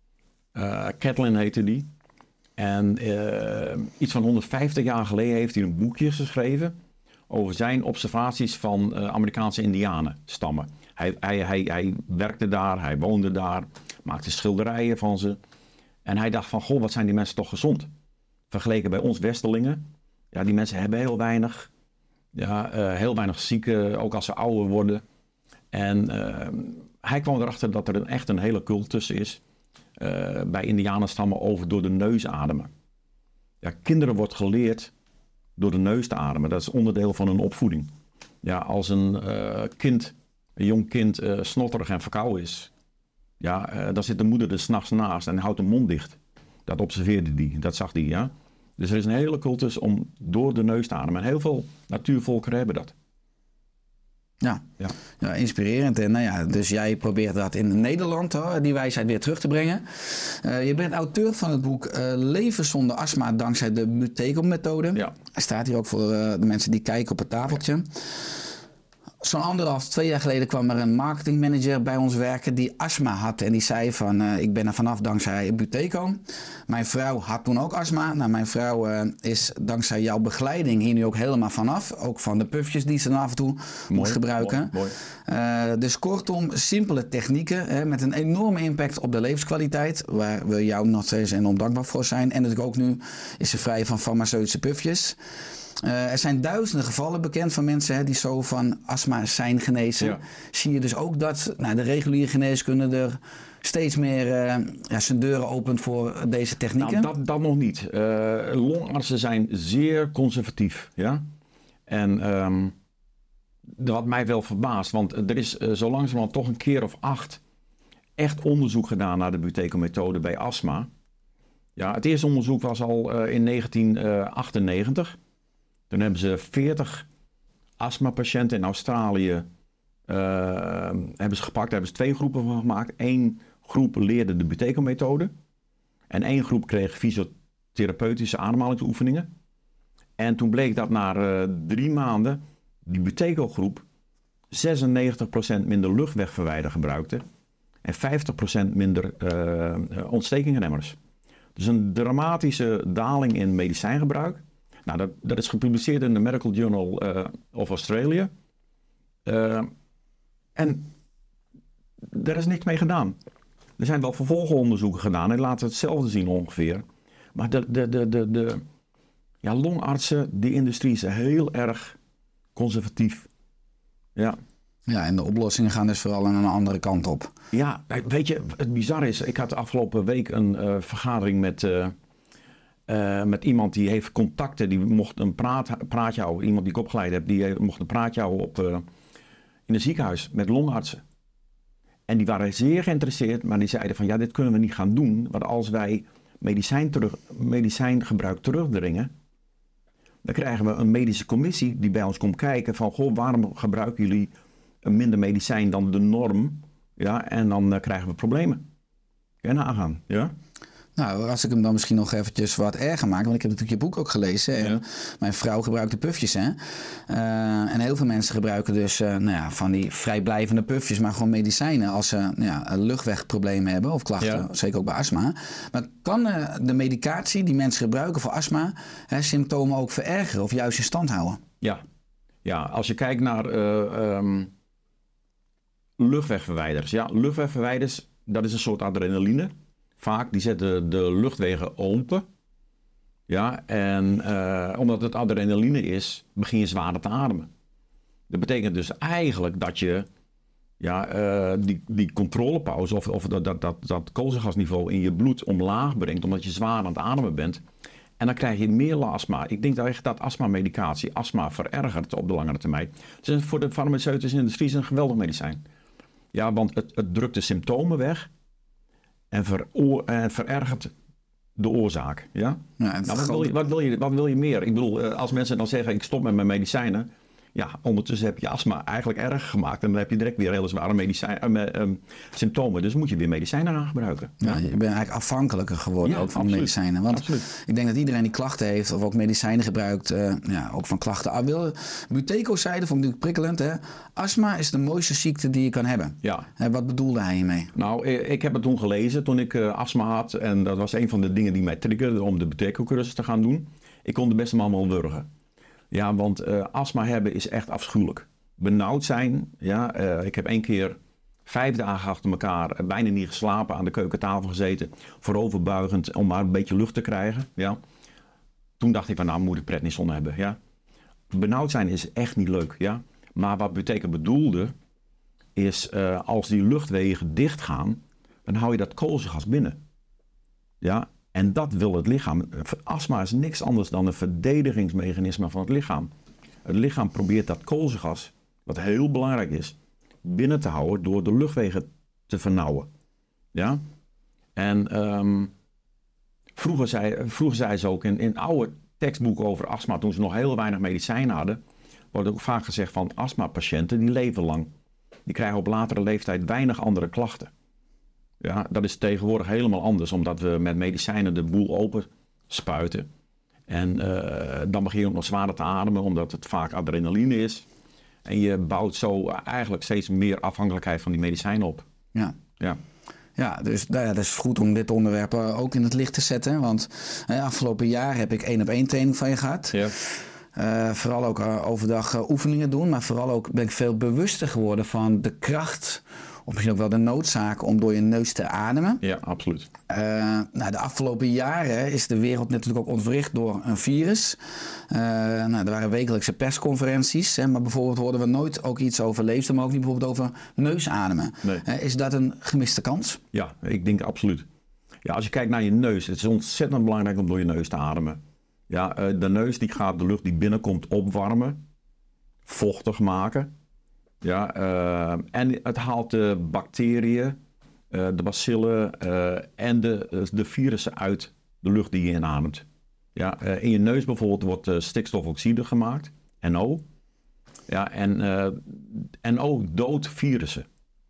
uh, Catlin heette die. En uh, iets van honderdvijftig jaar geleden heeft hij een boekje geschreven over zijn observaties van uh, Amerikaanse indianenstammen. Hij, hij, hij, hij werkte daar, hij woonde daar, maakte schilderijen van ze. En hij dacht van, goh, wat zijn die mensen toch gezond? Vergeleken bij ons Westerlingen. Ja, die mensen hebben heel weinig, ja, uh, heel weinig zieken, ook als ze ouder worden. En uh, hij kwam erachter dat er een, echt een hele cult tussen is. Uh, bij indianenstammen over door de neus ademen. Ja, kinderen wordt geleerd door de neus te ademen. Dat is onderdeel van hun opvoeding. Ja, als een uh, kind, een jong kind, uh, snotterig en verkouden is, ja, uh, dan zit de moeder er 's nachts naast en houdt de mond dicht. Dat observeerde die, dat zag die, ja. Dus er is een hele cultus om door de neus te ademen. En heel veel natuurvolkeren hebben dat. Ja. Ja. ja, inspirerend. En nou ja, dus jij probeert dat in Nederland, hoor, die wijsheid weer terug te brengen. Uh, je bent auteur van het boek uh, Leven zonder astma dankzij de Buteco-methode. Ja. Hij staat hier ook voor uh, de mensen die kijken op het tafeltje. Zo'n anderhalf, twee jaar geleden kwam er een marketingmanager bij ons werken die astma had. En die zei van, uh, ik ben er vanaf dankzij Buteco. Mijn vrouw had toen ook astma. Nou, mijn vrouw uh, is dankzij jouw begeleiding hier nu ook helemaal vanaf. Ook van de puffjes die ze dan af en toe mooi, moest gebruiken. Mooi, mooi. Uh, dus kortom, simpele technieken hè, met een enorme impact op de levenskwaliteit. Waar we jou nog steeds enorm dankbaar voor zijn. En natuurlijk ook nu is ze vrij van farmaceutische puffjes. Uh, er zijn duizenden gevallen bekend van mensen hè, die zo van astma zijn genezen. Ja. Zie je dus ook dat nou, de reguliere geneeskunde er steeds meer uh, ja, zijn deuren opent voor deze technieken? Nou, dat, dat nog niet. Uh, longartsen zijn zeer conservatief. Ja? En um, wat mij wel verbaast, want er is uh, zo langzamerhand toch een keer of acht echt onderzoek gedaan naar de Buteco-methode bij astma. Ja, het eerste onderzoek was al uh, in negentien achtennegentig. Toen hebben ze veertig astmapatiënten in Australië uh, hebben ze gepakt. Daar hebben ze twee groepen van gemaakt. Eén groep leerde de Buteco-methode. En één groep kreeg fysiotherapeutische ademhalingsoefeningen. En toen bleek dat na uh, drie maanden die Buteco-groep zesennegentig procent minder luchtwegverwijder gebruikte. En vijftig procent minder uh, ontstekingremmers. Dus een dramatische daling in medicijngebruik. Nou, dat, dat is gepubliceerd in de Medical Journal uh, of Australia. Uh, en daar is niks mee gedaan. Er zijn wel vervolgonderzoeken gedaan en laten hetzelfde zien ongeveer. Maar de, de, de, de, de ja, longartsen, die industrie is heel erg conservatief. Ja. Ja, en de oplossingen gaan dus vooral aan een andere kant op. Ja, weet je, het bizarre is, ik had de afgelopen week een uh, vergadering met... Uh, Uh, met iemand die heeft contacten, die mocht een praat, praatje houden. Iemand die ik opgeleid heb, die mocht een praatje houden op, uh, in een ziekenhuis met longartsen. En die waren zeer geïnteresseerd, maar die zeiden van ja, dit kunnen we niet gaan doen. Want als wij medicijn terug, medicijngebruik terugdringen, dan krijgen we een medische commissie die bij ons komt kijken van goh, waarom gebruiken jullie een minder medicijn dan de norm? Ja, en dan uh, krijgen we problemen. Kun je nagaan, ja? Nou, als ik hem dan misschien nog eventjes wat erger maak, want ik heb natuurlijk je boek ook gelezen en Ja. mijn vrouw gebruikt de pufjes, hè. Uh, en heel veel mensen gebruiken dus uh, nou ja, van die vrijblijvende pufjes, maar gewoon medicijnen als ze nou ja, luchtwegproblemen hebben of klachten, Ja. zeker ook bij astma. Maar kan uh, de medicatie die mensen gebruiken voor astma hè, symptomen ook verergeren of juist in stand houden? Ja, ja als je kijkt naar uh, um, luchtwegverwijders. Ja, luchtwegverwijders, dat is een soort adrenaline. Vaak, die zetten de luchtwegen open. Ja, en uh, omdat het adrenaline is, begin je zwaarder te ademen. Dat betekent dus eigenlijk dat je ja, uh, die, die controlepauze of, of dat, dat, dat, dat koolstofgasniveau in je bloed omlaag brengt, omdat je zwaar aan het ademen bent. En dan krijg je meer astma. Ik denk dat echt dat astma-medicatie astma verergert op de langere termijn. Dus voor de farmaceutische industrie is het een geweldig medicijn. Ja, want het, het drukt de symptomen weg en, veroor, en verergert de oorzaak. Ja? Ja, nou, wat, wil je, wat, wil je, wat wil je meer? Ik bedoel, als mensen dan zeggen ik stop met mijn medicijnen. Ja, ondertussen heb je astma eigenlijk erg gemaakt. En dan heb je direct weer hele zware medicijn, uh, um, symptomen. Dus moet je weer medicijnen gaan gebruiken. Ja, je bent eigenlijk afhankelijker geworden ja, ook van absoluut. medicijnen. Want absoluut. ik denk dat iedereen die klachten heeft of ook medicijnen gebruikt, uh, ja, ook van klachten. Ah, wil, Buteco zei, dat vond ik natuurlijk prikkelend. Hè? Astma is de mooiste ziekte die je kan hebben. Ja. En wat bedoelde hij hiermee? Nou, ik heb het toen gelezen toen ik uh, astma had. En dat was een van de dingen die mij triggerden om de Buteco-cursus te gaan doen. Ik kon de beste man wel wurgen. Ja, want uh, astma hebben is echt afschuwelijk. Benauwd zijn. Ja, uh, ik heb één keer vijf dagen achter elkaar uh, bijna niet geslapen, aan de keukentafel gezeten, vooroverbuigend om maar een beetje lucht te krijgen. Ja. Toen dacht ik van nou moet ik prednison hebben. Ja. Benauwd zijn is echt niet leuk. Ja. Maar wat Buteco bedoelde is uh, als die luchtwegen dicht gaan, dan hou je dat koolstofgas binnen. Ja. En dat wil het lichaam. Astma is niks anders dan een verdedigingsmechanisme van het lichaam. Het lichaam probeert dat koolstofgas, wat heel belangrijk is, binnen te houden door de luchtwegen te vernauwen. Ja? En um, vroeger, zei, vroeger zei ze ook in, in oude tekstboeken over astma, toen ze nog heel weinig medicijnen hadden, wordt ook vaak gezegd van astmapatiënten die leven lang. Die krijgen op latere leeftijd weinig andere klachten. Ja, dat is tegenwoordig helemaal anders, omdat we met medicijnen de boel open spuiten. En uh, dan begin je ook nog zwaarder te ademen, omdat het vaak adrenaline is. En je bouwt zo eigenlijk steeds meer afhankelijkheid van die medicijnen op. Ja. Ja. Ja, dus nou ja, dat is goed om dit onderwerp ook in het licht te zetten. Want eh, afgelopen jaar heb ik één op één training van je gehad. Ja. Uh, vooral ook uh, overdag uh, oefeningen doen. Maar vooral ook ben ik veel bewuster geworden van de kracht, of misschien ook wel de noodzaak om door je neus te ademen. Ja, absoluut. Uh, nou, de afgelopen jaren is de wereld natuurlijk ook ontwricht door een virus. Uh, nou, er waren wekelijkse persconferenties. Hè, maar bijvoorbeeld hoorden we nooit ook iets over leeftijd, maar ook niet bijvoorbeeld over neusademen. Nee. Uh, is dat een gemiste kans? Ja, ik denk absoluut. Ja, als je kijkt naar je neus, het is ontzettend belangrijk om door je neus te ademen. Ja, uh, de neus die gaat de lucht die binnenkomt opwarmen, vochtig maken. Ja, uh, en het haalt de bacteriën, uh, de bacillen uh, en de, de virussen uit de lucht die je inademt. Ja, uh, in je neus bijvoorbeeld wordt uh, stikstofoxide gemaakt, N O. Ja, en uh, N O doodt virussen.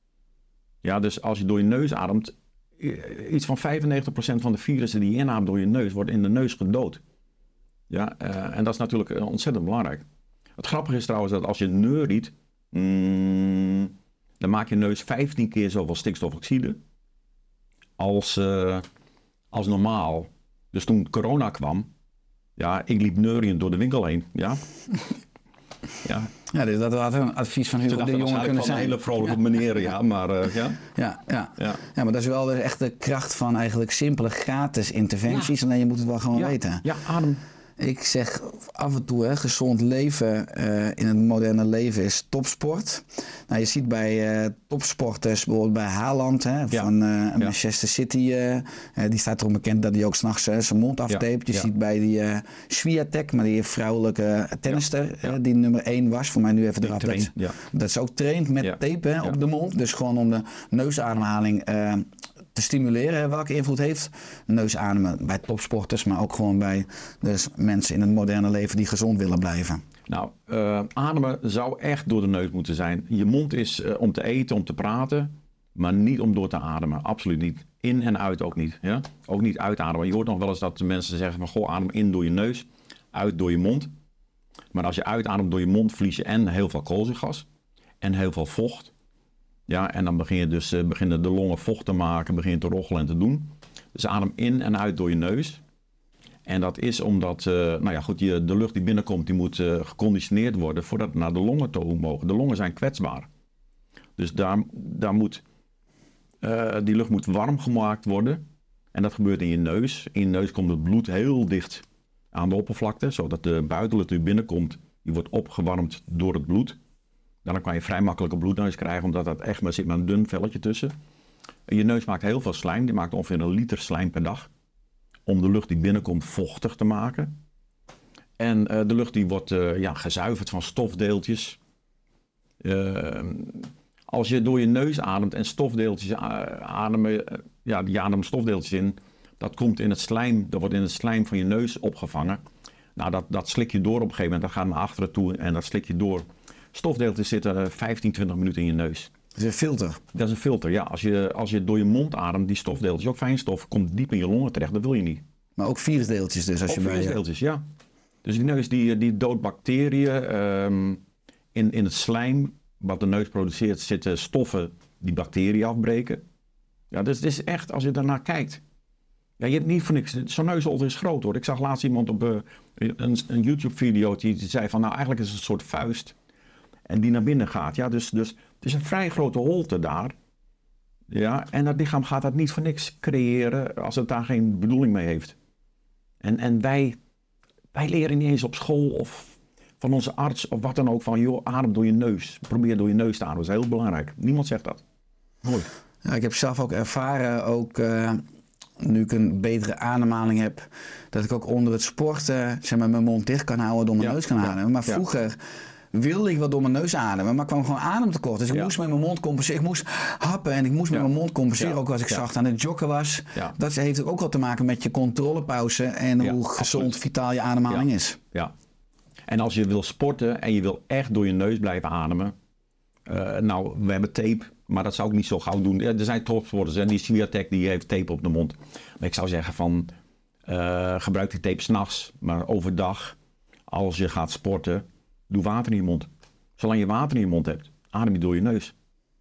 Ja, dus als je door je neus ademt, iets van vijfennegentig procent van de virussen die je inademt door je neus, wordt in de neus gedood. Ja, uh, en dat is natuurlijk uh, ontzettend belangrijk. Het grappige is trouwens dat als je neuriet, Mm, dan maak je neus vijftien keer zoveel stikstofoxide als, uh, als normaal. Dus toen corona kwam, ja, ik liep neuriënd door de winkel heen. Ja, ja. Ja, dat had een advies van Hugo de Jonge kunnen zijn. Een hele vrolijke meneer, ja, maar uh, ja. Ja, ja. Ja. ja, maar dat is wel echt de kracht van eigenlijk simpele gratis interventies. Ja. Alleen je moet het wel gewoon Ja. weten. Ja, adem. Ik zeg af en toe, hè, gezond leven uh, in het moderne leven is topsport. Nou, je ziet bij uh, topsporters, bijvoorbeeld bij Haaland, hè, Ja. van uh, Ja. Manchester City. Uh, uh, die staat erom bekend dat hij ook s'nachts uh, zijn mond afteept. Je Ja. ziet bij die uh, Swiatek, maar die vrouwelijke tennister, Ja. Ja. Uh, die nummer één was. Voor mij nu even Die eraf. traint, Dat, ja. dat ze ook traint met Ja. tape hè, Ja. op de mond. Dus gewoon om de neusademhaling uh, te stimuleren. Welke invloed heeft neusademen bij topsporters, maar ook gewoon bij dus mensen in het moderne leven die gezond willen blijven? Nou, uh, ademen zou echt door de neus moeten zijn. Je mond is uh, om te eten, om te praten. Maar niet om door te ademen, absoluut niet. In en uit ook niet. Ja? Ook niet uitademen. Je hoort nog wel eens dat de mensen zeggen van, goh, adem in door je neus, uit door je mond. Maar als je uitademt door je mond, verlies je en heel veel koolzuurgas en heel veel vocht. Ja, en dan begin je dus, uh, beginnen de longen vocht te maken, begin je te roggelen en te doen. Dus adem in en uit door je neus. En dat is omdat, uh, nou ja goed, je, de lucht die binnenkomt, die moet uh, geconditioneerd worden voordat het naar de longen toe mogen. De longen zijn kwetsbaar. Dus daar, daar moet, uh, die lucht moet warm gemaakt worden. En dat gebeurt in je neus. In je neus komt het bloed heel dicht aan de oppervlakte, zodat de buitenlucht die binnenkomt, die wordt opgewarmd door het bloed. Dan kan je vrij makkelijk een bloedneus krijgen, omdat dat echt maar zit maar een dun velletje tussen. En je neus maakt heel veel slijm, die maakt ongeveer een liter slijm per dag. Om de lucht die binnenkomt vochtig te maken. En uh, de lucht die wordt uh, ja, gezuiverd van stofdeeltjes. Uh, als je door je neus ademt en stofdeeltjes ademen, uh, ja, die ademen stofdeeltjes in, dat komt in het slijm, dat wordt in het slijm van je neus opgevangen. Nou, dat, dat slik je door op een gegeven moment, dat gaat naar achteren toe en dat slik je door. Stofdeeltjes zitten vijftien, twintig minuten in je neus. Dat is een filter. Dat is een filter, ja. Als je, als je door je mond ademt, die stofdeeltjes, ook fijnstof, komt diep in je longen terecht. Dat wil je niet. Maar ook virusdeeltjes dus? Als ook je bij virusdeeltjes, ja. Dus die neus die, die doodt bacteriën. Um, in, in het slijm, wat de neus produceert, zitten stoffen die bacteriën afbreken. Ja, dus het is echt, als je daarnaar kijkt. Ja, je hebt niet voor niks. Zo'n neusholte is groot hoor. Ik zag laatst iemand op uh, een, een YouTube-video die zei van, nou eigenlijk is het een soort vuist. En die naar binnen gaat. Ja, dus, dus het is een vrij grote holte daar. Ja, en dat lichaam gaat dat niet voor niks creëren als het daar geen bedoeling mee heeft. En, en wij, wij leren niet eens op school of van onze arts of wat dan ook van, joh, adem door je neus. Probeer door je neus te ademen. Dat is heel belangrijk. Niemand zegt dat. Mooi. Ja, ik heb zelf ook ervaren, ook uh, nu ik een betere ademhaling heb, dat ik ook onder het sporten zeg maar, mijn mond dicht kan houden, door mijn ja, neus kan ademen. Ja, maar ja. vroeger wilde ik wel door mijn neus ademen, maar kwam gewoon ademtekort. Dus ik Ja. moest met mijn mond compenseren. Ik moest happen en ik moest Ja. met mijn mond compenseren, Ja. ook als ik Ja. zacht aan het joggen was. Ja. Dat heeft ook wel te maken met je controlepauze en Ja, hoe gezond, absoluut. vitaal je ademhaling Ja. is. Ja. En als je wil sporten en je wil echt door je neus blijven ademen. Uh, nou, we hebben tape, maar dat zou ik niet zo gauw doen. Ja, er zijn topsporters, hè, die Swiatek die heeft tape op de mond. Maar ik zou zeggen van, uh, gebruik die tape 's nachts, maar overdag, als je gaat sporten, doe water in je mond. Zolang je water in je mond hebt, adem je door je neus.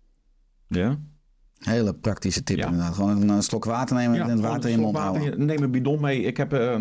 Ja? Hele praktische tip Ja. inderdaad. Gewoon een, een slok water nemen en het gewoon water in je een mond slok water houden. in je- Neem een bidon mee. Ik, heb, uh,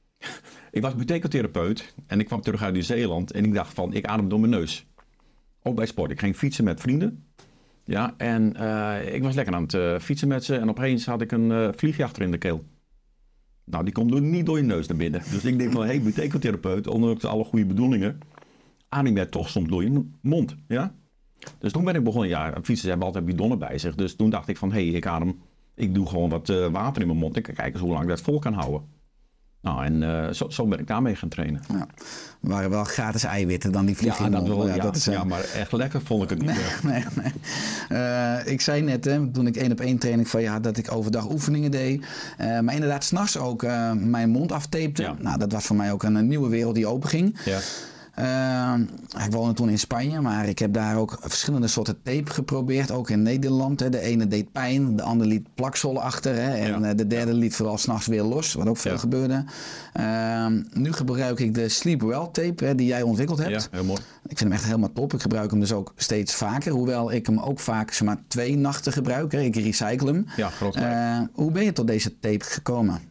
ik was butekotherapeut en ik kwam terug uit Nieuw-Zeeland en ik dacht van, ik adem door mijn neus. Ook bij sport. Ik ging fietsen met vrienden. Ja, en uh, ik was lekker aan het uh, fietsen met ze en opeens had ik een uh, vliegjachter in de keel. Nou, die komt door, niet door je neus naar binnen. Dus ik denk van, hé, hey, butekotherapeut, ondanks alle goede bedoelingen, adem jij toch soms door je mond, ja? Dus toen ben ik begonnen, ja, fietsers hebben altijd bidonnen bij zich. Dus toen dacht ik van, hé, hey, ik adem, ik doe gewoon wat uh, water in mijn mond. Ik kan kijken hoe lang ik dat vol kan houden. Nou, en uh, zo, zo ben ik daarmee gaan trainen. Ja. Er waren wel gratis eiwitten dan die vliegen in de dat mond. wel, Ja, ja, dat is, uh, ja, maar echt lekker vond ik het niet. Nee, meer. nee, nee. Uh, ik zei net, hè, toen ik één op één training van ja, dat ik overdag oefeningen deed. Uh, maar inderdaad, 's nachts ook uh, mijn mond aftapte. Ja. Nou, dat was voor mij ook een, een nieuwe wereld die open ging. Ja. Uh, ik woonde toen in Spanje, maar ik heb daar ook verschillende soorten tape geprobeerd. Ook in Nederland. Hè. De ene deed pijn, de andere liet plaksel achter. Hè. En Ja. uh, de derde liet vooral 's nachts weer los, wat ook veel Ja. gebeurde. Uh, nu gebruik ik de Sleep Well tape, hè, die jij ontwikkeld hebt. Ja, heel mooi. Ik vind hem echt helemaal top. Ik gebruik hem dus ook steeds vaker. Hoewel ik hem ook vaak zeg maar, twee nachten gebruik. Hè. Ik recycle hem. Ja, groot gelijk. Uh, hoe ben je tot deze tape gekomen?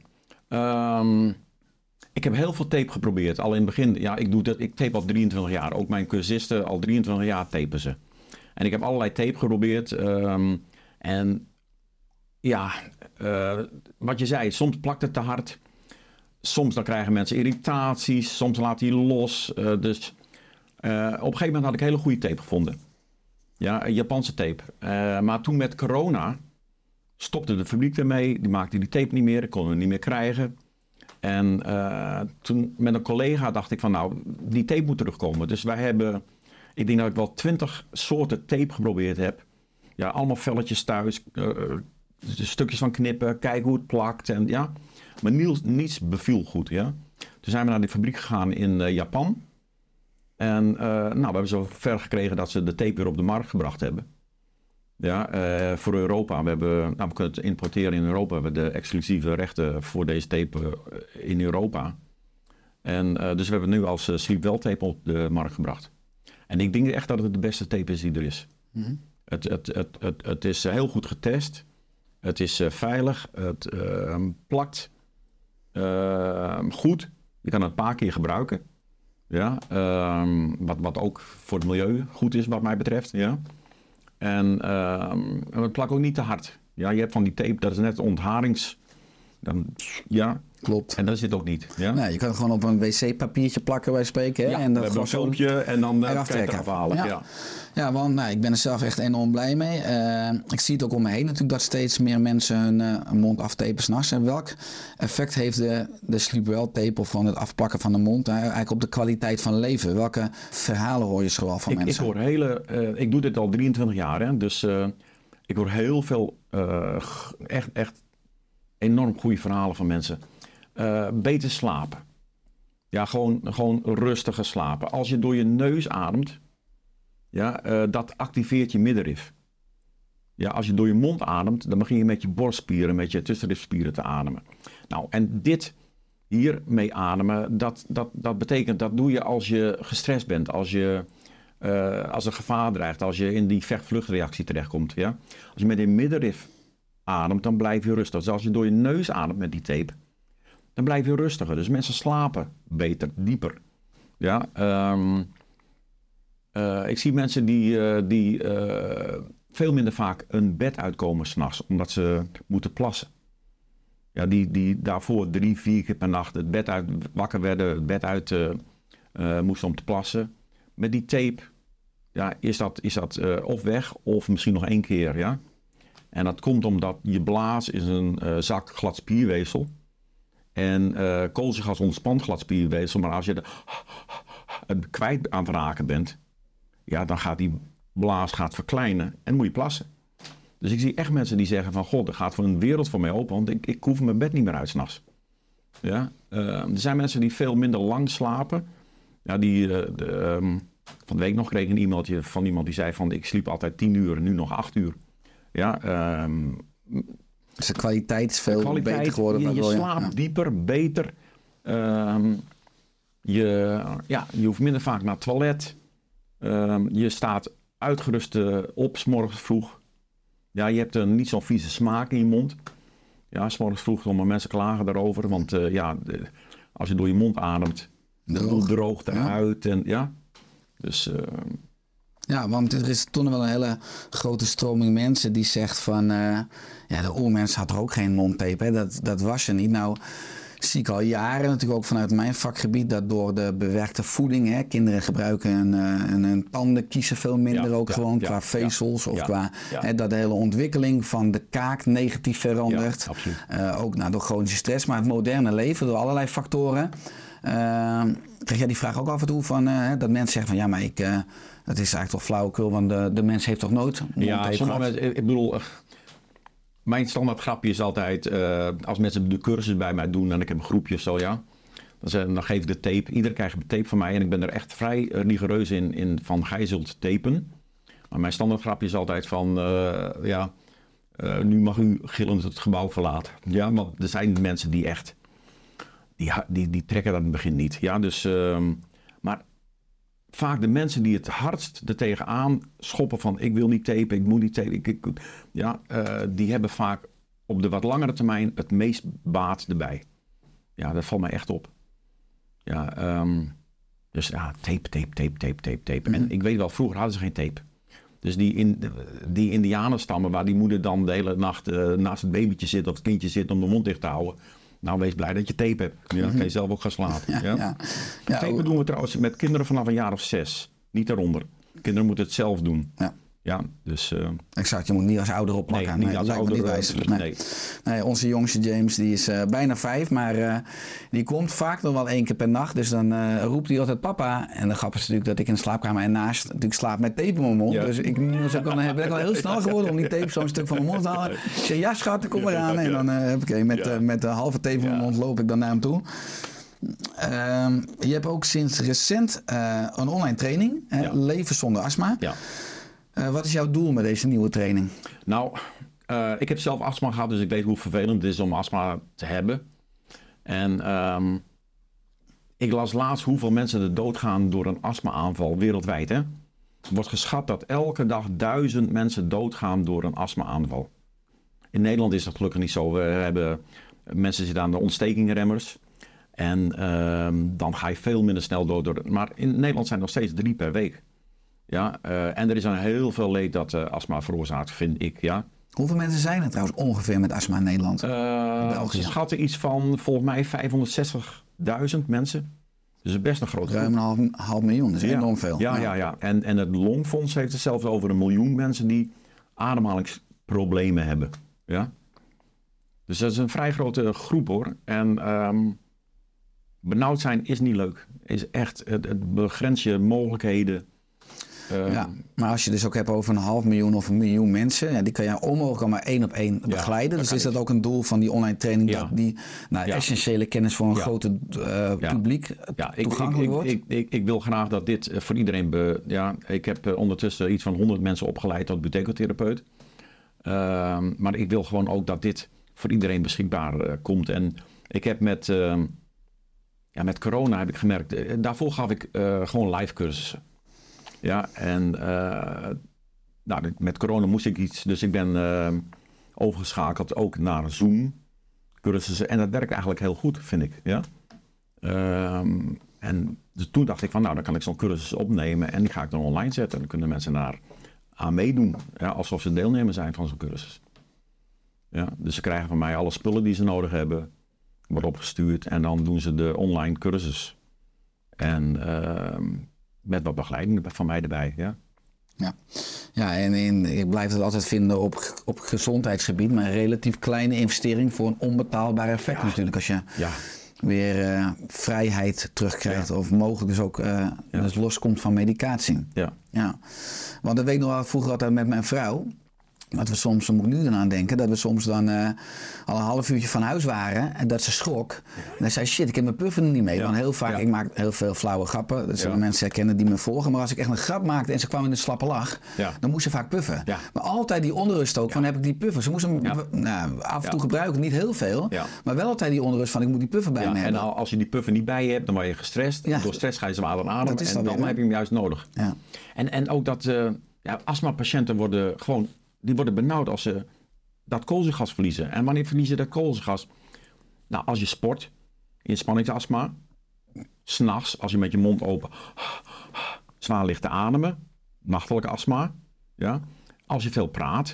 Um, ik heb heel veel tape geprobeerd. Al in het begin, ja, ik doe dat. Ik tape al drieëntwintig jaar. Ook mijn cursisten al drieëntwintig jaar tapen ze. En ik heb allerlei tape geprobeerd. Um, en ja, uh, wat je zei, soms plakt het te hard. Soms dan krijgen mensen irritaties. Soms laat hij los. Uh, dus uh, op een gegeven moment had ik hele goede tape gevonden. Ja, een Japanse tape. Uh, maar toen met corona stopte de fabriek ermee. Die maakte die tape niet meer. Ik kon hem niet meer krijgen. En uh, toen met een collega dacht ik van nou, die tape moet terugkomen. Dus wij hebben, ik denk dat ik wel twintig soorten tape geprobeerd heb. Ja, allemaal velletjes thuis. Uh, stukjes van knippen. Kijken hoe het plakt. En, ja. Maar niets, niets beviel goed. Ja. Toen zijn we naar die fabriek gegaan in uh, Japan. En uh, nou, we hebben zo ver gekregen dat ze de tape weer op de markt gebracht hebben. Ja, uh, voor Europa. We, hebben, nou, we kunnen het importeren in Europa. We hebben de exclusieve rechten voor deze tape in Europa. En, uh, dus we hebben het nu als uh, Sleepwell tape op de markt gebracht. En ik denk echt dat het de beste tape is die er is. Mm-hmm. Het, het, het, het, het is heel goed getest. Het is uh, veilig. Het uh, plakt uh, goed. Je kan het een paar keer gebruiken. Ja, uh, wat, wat ook voor het milieu goed is wat mij betreft. Ja. En uh, het plakt ook niet te hard. Ja, je hebt van die tape, dat is net ontharings... Dan, ja, klopt. En dat zit ook niet. Ja? Nee, je kan het gewoon op een wc-papiertje plakken bij spreken. Hè? Ja, en dat we hebben een filmpje en dan uh, kan je het eraf halen. Ja, ja. ja want nou, ik ben er zelf echt enorm blij mee. Uh, ik zie het ook om me heen natuurlijk dat steeds meer mensen hun uh, mond aftapen 's nachts. En welk effect heeft de, de Sleepwell tape of van het afplakken van de mond uh, eigenlijk op de kwaliteit van leven? Welke verhalen hoor je zoal van ik, mensen? Ik hoor hele, uh, ik doe dit al drieëntwintig jaar, hè, dus uh, ik hoor heel veel uh, echt, echt enorm goede verhalen van mensen. Uh, beter slapen. Ja, gewoon, gewoon rustiger slapen. Als je door je neus ademt, ja, uh, dat activeert je middenrif. Ja, als je door je mond ademt, dan begin je met je borstspieren, met je tussenrifspieren te ademen. Nou, en dit hier mee ademen, dat, dat, dat betekent, dat doe je als je gestrest bent, als je uh, als er gevaar dreigt, als je in die vecht-vluchtreactie terechtkomt. Ja? Als je met je middenrif ademt, dan blijf je rustig. Dus als je door je neus ademt met die tape, dan blijf je rustiger. Dus mensen slapen beter, dieper. Ja, um, uh, ik zie mensen die, uh, die uh, veel minder vaak een bed uitkomen 's nachts, omdat ze moeten plassen. Ja, die, die daarvoor drie, vier keer per nacht het bed uit, wakker werden, het bed uit uh, uh, moesten om te plassen. Met die tape ja, is dat, is dat uh, of weg of misschien nog één keer. Ja? En dat komt omdat je blaas is een uh, zak glad spierweefsel. En uh, koolzuurgas ontspant glad spierweefsel. Maar als je het kwijt aan het raken bent, ja, dan gaat die blaas gaat verkleinen en dan moet je plassen. Dus ik zie echt mensen die zeggen van, god, er gaat voor een wereld voor mij open, want ik, ik hoef mijn bed niet meer uit 's nachts. Ja? Uh, er zijn mensen die veel minder lang slapen. Ja, die, uh, de, um, van de week nog kreeg ik een e-mailtje van iemand die zei van, ik sliep altijd tien uur en nu nog acht uur. Ja, um, dus de kwaliteit is veel kwaliteit, beter geworden. Je, je je, slaapt ja. dieper, beter. Um, je, ja, je hoeft minder vaak naar het toilet. Um, je staat uitgerust uh, op 's morgens vroeg. Ja, je hebt een niet zo'n vieze smaak in je mond. Ja, 's morgens vroeg sommige mensen klagen daarover. Want uh, ja, de, als je door je mond ademt, Droog. droogt eruit. Ja. En, ja. Dus, uh, ja, want er is toch nog wel een hele grote stroming mensen die zegt van... Uh, ja, de oermens had er ook geen mondtape, hè? Dat, dat was er niet. Nou, zie ik al jaren, natuurlijk ook vanuit mijn vakgebied... dat door de bewerkte voeding, hè, kinderen gebruiken hun, hun, hun tanden kiezen veel minder ja, ook ja, gewoon ja, qua vezels... ja, of ja, qua ja. Hè, dat de hele ontwikkeling van de kaak negatief verandert. Ja, absoluut. Uh, ook nou, door chronische stress, maar het moderne leven door allerlei factoren... Uh, krijg jij die vraag ook af en toe van uh, dat mensen zeggen van ja, maar ik, uh, het is eigenlijk toch flauwekul, want de, de mens heeft toch nooit een ja, sommige mensen, ik bedoel, uh, mijn standaard grapje is altijd, uh, als mensen de cursus bij mij doen en ik heb een groepje of zo, ja, dan, zeg, dan geef ik de tape, iedereen krijgt een tape van mij en ik ben er echt vrij uh, rigoureus in, in van gij zult tapen. Maar mijn standaard grapje is altijd van, uh, ja, uh, nu mag u gillend het gebouw verlaten. Ja, want er zijn mensen die echt... Die, die, die trekken dat in het begin niet. Ja, dus, um, maar vaak de mensen die het hardst er tegenaan schoppen van ik wil niet tapen, ik moet niet tapen. Ik, ik, ja, uh, die hebben vaak op de wat langere termijn het meest baat erbij. Ja, dat valt mij echt op. Ja, um, dus ja, tape, tape, tape, tape, tape, tape. Mm-hmm. En ik weet wel, vroeger hadden ze geen tape. Dus die, in, die indianenstammen waar die moeder dan de hele nacht uh, naast het babytje zit of het kindje zit om de mond dicht te houden. Nou, wees blij dat je tape hebt. Ja, dan kan je zelf ook gaan slapen. Ja, ja. Ja. Ja, tape doen we trouwens met kinderen vanaf een jaar of zes. Niet daaronder. Kinderen moeten het zelf doen. Ja. Ja, dus... Uh... Exact, je moet niet als ouder opplakken. Nee, niet nee, als ouder. Niet wijs. Nee. Nee. Nee, onze jongste James die is uh, bijna vijf, maar uh, die komt vaak nog wel één keer per nacht. Dus dan uh, roept hij altijd papa. En de grap is natuurlijk dat ik in de slaapkamer ernaast natuurlijk slaap met tape in mijn mond. Ja. Dus ik dus ik ben ik al heel snel geworden om die tape zo'n stuk van mijn mond te halen. Ik zeg, ja schat, kom maar aan. En dan uh, heb ik met, ja. uh, met de halve tape in mijn mond loop ik dan naar hem toe. Uh, je hebt ook sinds recent uh, een online training, ja. Leven zonder astma. Ja. Uh, wat is jouw doel met deze nieuwe training? Nou, uh, ik heb zelf astma gehad, dus ik weet hoe vervelend het is om astma te hebben. En um, ik las laatst hoeveel mensen er doodgaan door een astma-aanval wereldwijd. Hè? Er wordt geschat dat elke dag duizend mensen doodgaan door een astma-aanval. In Nederland is dat gelukkig niet zo. We hebben, mensen zitten aan de ontstekingremmers. En uh, dan ga je veel minder snel dood. Door de, maar in Nederland zijn er nog steeds drie per week. Ja, uh, en er is dan heel veel leed dat uh, astma veroorzaakt, vind ik. Ja. Hoeveel mensen zijn er trouwens ongeveer met astma in Nederland? Uh, ze schatten iets van volgens mij vijfhonderdzestigduizend mensen. Dus best een groot Ruim een half, half miljoen, dat is ja. enorm veel. Ja, ja, ja. ja. En, en het Longfonds heeft het zelfs over een miljoen mensen die ademhalingsproblemen hebben. Ja. Dus dat is een vrij grote groep hoor. En um, benauwd zijn is niet leuk. Is echt, het, het begrens je mogelijkheden. Uh, ja, maar als je dus ook hebt over een half miljoen of een miljoen mensen, ja, die kan je onmogelijk al maar één op één begeleiden. Ja, dus is dat ook een doel van die online training, ja. dat die nou, ja. essentiële kennis voor een ja. grote uh, ja. publiek ja, toegankelijk ik, ik, wordt? Ik, ik, ik, ik wil graag dat dit voor iedereen... Be, ja, ik heb uh, ondertussen iets van honderd mensen opgeleid tot butecotherapeut. Uh, maar ik wil gewoon ook dat dit voor iedereen beschikbaar uh, komt. En ik heb met, uh, ja, met corona heb ik gemerkt, uh, daarvoor gaf ik uh, gewoon live cursussen. Ja, en uh, nou, met corona moest ik iets, dus ik ben uh, overgeschakeld ook naar Zoom cursussen. En dat werkt eigenlijk heel goed, vind ik. Ja? Um, en dus toen dacht ik van, nou, dan kan ik zo'n cursus opnemen en die ga ik dan online zetten. En dan kunnen mensen daar aan meedoen, ja, alsof ze deelnemer zijn van zo'n cursus. Ja, dus ze krijgen van mij alle spullen die ze nodig hebben, wordt opgestuurd en dan doen ze de online cursus. En uh, met wat begeleiding van mij erbij, ja. Ja, ja en in, ik blijf het altijd vinden op, op gezondheidsgebied, maar een relatief kleine investering voor een onbetaalbaar effect ja. natuurlijk. Als je ja. weer uh, vrijheid terugkrijgt ja. of mogelijk dus ook uh, ja. dus loskomt van medicatie. Ja. Ja. Want dat weet ik nog wel vroeger altijd met mijn vrouw. Dat we soms, dan moet ik nu eraan denken, dat we soms dan uh, al een half uurtje van huis waren en dat ze schrok. Ja. En dan zei shit, ik heb mijn puffen er niet mee. Ja. Want heel vaak, ja. ik maak heel veel flauwe grappen. Dat zullen ja. mensen herkennen die me volgen. Maar als ik echt een grap maakte en ze kwam in een slappe lach, ja. dan moest ze vaak puffen. Ja. Maar altijd die onrust ook, ja. van heb ik die puffen. Ze moesten hem ja. nou, af en toe ja. gebruiken, niet heel veel. Ja. Maar wel altijd die onrust van ik moet die puffen bij ja. me en hebben. En als je die puffen niet bij je hebt, dan word je gestrest. Ja. Door stress ga je zwaarder ademen en dan, dan heb je hem juist nodig. Ja. En, en ook dat uh, ja, astmapatiënten worden gewoon... Die worden benauwd als ze dat koolzuurgas verliezen. En wanneer verliezen dat koolzuurgas? Nou, als je sport, inspanningsastma. 's Nachts, als je met je mond open zwaar ligt te ademen. Nachtelijke astma. Ja. Als je veel praat.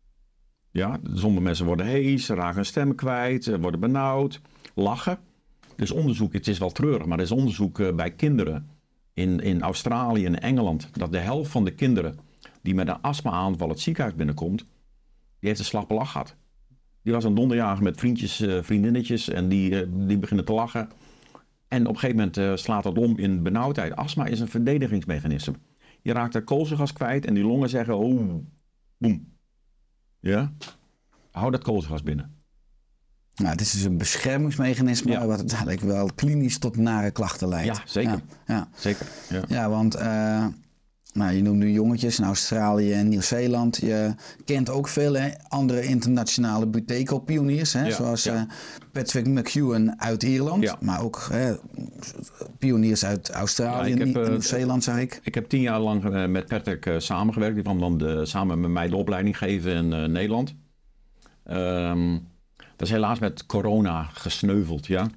Ja. Sommige mensen worden hees, raken hun stem kwijt, worden benauwd. Lachen. Er is onderzoek, het is wel treurig, maar er is onderzoek bij kinderen in, in Australië en Engeland. Dat de helft van de kinderen die met een astma-aanval het ziekenhuis binnenkomt, die heeft een slappe lach gehad. Die was een donderjager met vriendjes, uh, vriendinnetjes en die, uh, die beginnen te lachen. En op een gegeven moment uh, slaat dat om in benauwdheid. Astma is een verdedigingsmechanisme. Je raakt dat koolzuurgas kwijt en die longen zeggen, oh, boem. Ja? Hou dat koolzuurgas binnen. Nou, het is dus een beschermingsmechanisme, ja. wat uiteindelijk wel klinisch tot nare klachten leidt. Ja, zeker. Ja, ja. zeker. Ja, ja want... Uh, Nou, je noemt nu jongetjes in Australië en Nieuw-Zeeland. Je kent ook veel hè, andere internationale buteco-pioniers. Hè, ja, zoals ja. Uh, Patrick McEwen uit Ierland. Ja. Maar ook hè, pioniers uit Australië ja, en uh, Nieuw-Zeeland, zeg ik. Ik heb tien jaar lang uh, met Patrick uh, samengewerkt. Die kwam dan de, samen met mij de opleiding geven in uh, Nederland. Um, dat is helaas met corona gesneuveld, ja.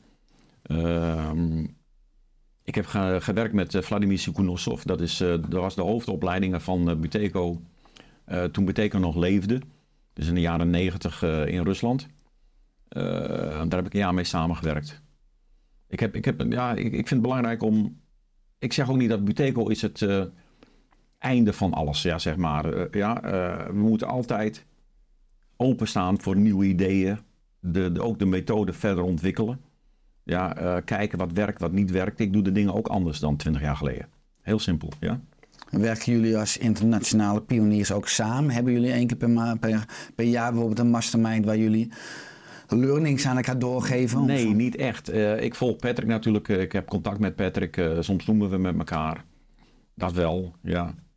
Um, Ik heb ge- gewerkt met uh, Vladimir Sikunosov. Dat, is, uh, dat was de hoofdopleidingen van uh, Buteco uh, toen Buteco nog leefde. Dus in de jaren negentig uh, in Rusland. Uh, daar heb ik een jaar mee samengewerkt. Ik, heb, ik, heb, ja, ik, ik vind het belangrijk om... Ik zeg ook niet dat Buteco is het uh, einde van alles, ja, zeg maar. Uh, ja, uh, we moeten altijd openstaan voor nieuwe ideeën. De, de, ook de methode verder ontwikkelen. Ja, uh, kijken wat werkt, wat niet werkt. Ik doe de dingen ook anders dan twintig jaar geleden. Heel simpel, ja. Werken jullie als internationale pioniers ook samen? Hebben jullie één keer per, ma- per, per jaar bijvoorbeeld een mastermind waar jullie learnings aan elkaar doorgeven? Nee, of? Niet echt. Uh, ik volg Patrick natuurlijk. Uh, ik heb contact met Patrick. Uh, soms noemen we met elkaar. Dat wel, ja.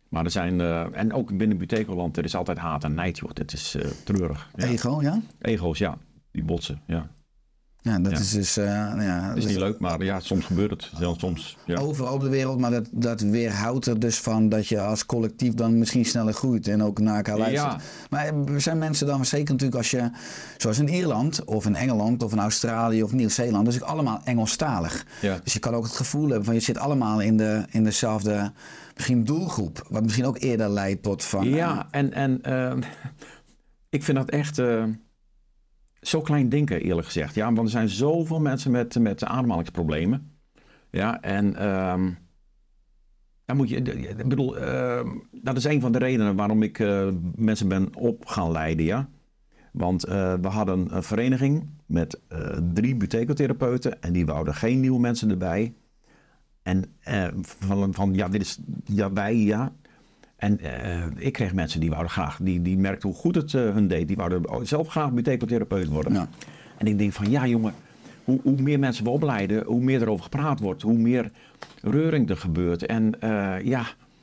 Maar er zijn, uh, en ook binnen Butecoland, er is altijd haat en nijd, joh. Het is uh, treurig. Ja. Ego, ja? Ego's, ja. Die botsen, ja. Ja, dat ja. is dus... Uh, ja, het is niet leuk, maar ja, soms gebeurt het. Soms, ja. Overal op de wereld, maar dat, dat weerhoudt er dus van dat je als collectief dan misschien sneller groeit en ook naar elkaar luistert. Ja. Maar zijn mensen dan, zeker natuurlijk als je, zoals in Ierland of in Engeland of in Australië of Nieuw-Zeeland, dus ook allemaal Engelstalig. Ja. Dus je kan ook het gevoel hebben van je zit allemaal in, de, in dezelfde misschien doelgroep, wat misschien ook eerder leidt tot van... Ja, uh, en, en uh, ik vind dat echt... Uh, Zo klein denken, eerlijk gezegd. Ja, want er zijn zoveel mensen met, met ademhalingsproblemen. Ja, en um, dan moet je... Ik bedoel, uh, dat is een van de redenen waarom ik uh, mensen ben op gaan leiden, ja. Want uh, we hadden een vereniging met uh, drie butecotherapeuten en die wouden geen nieuwe mensen erbij. En uh, van, van, ja, dit is... Ja, wij, ja... En uh, ik kreeg mensen die wouden graag, die, die merkten hoe goed het uh, hun deed. Die wouden zelf graag butecotherapeut worden. Ja. En ik denk van, ja jongen, hoe, hoe meer mensen we opleiden, hoe meer erover gepraat wordt, hoe meer reuring er gebeurt. En uh, ja...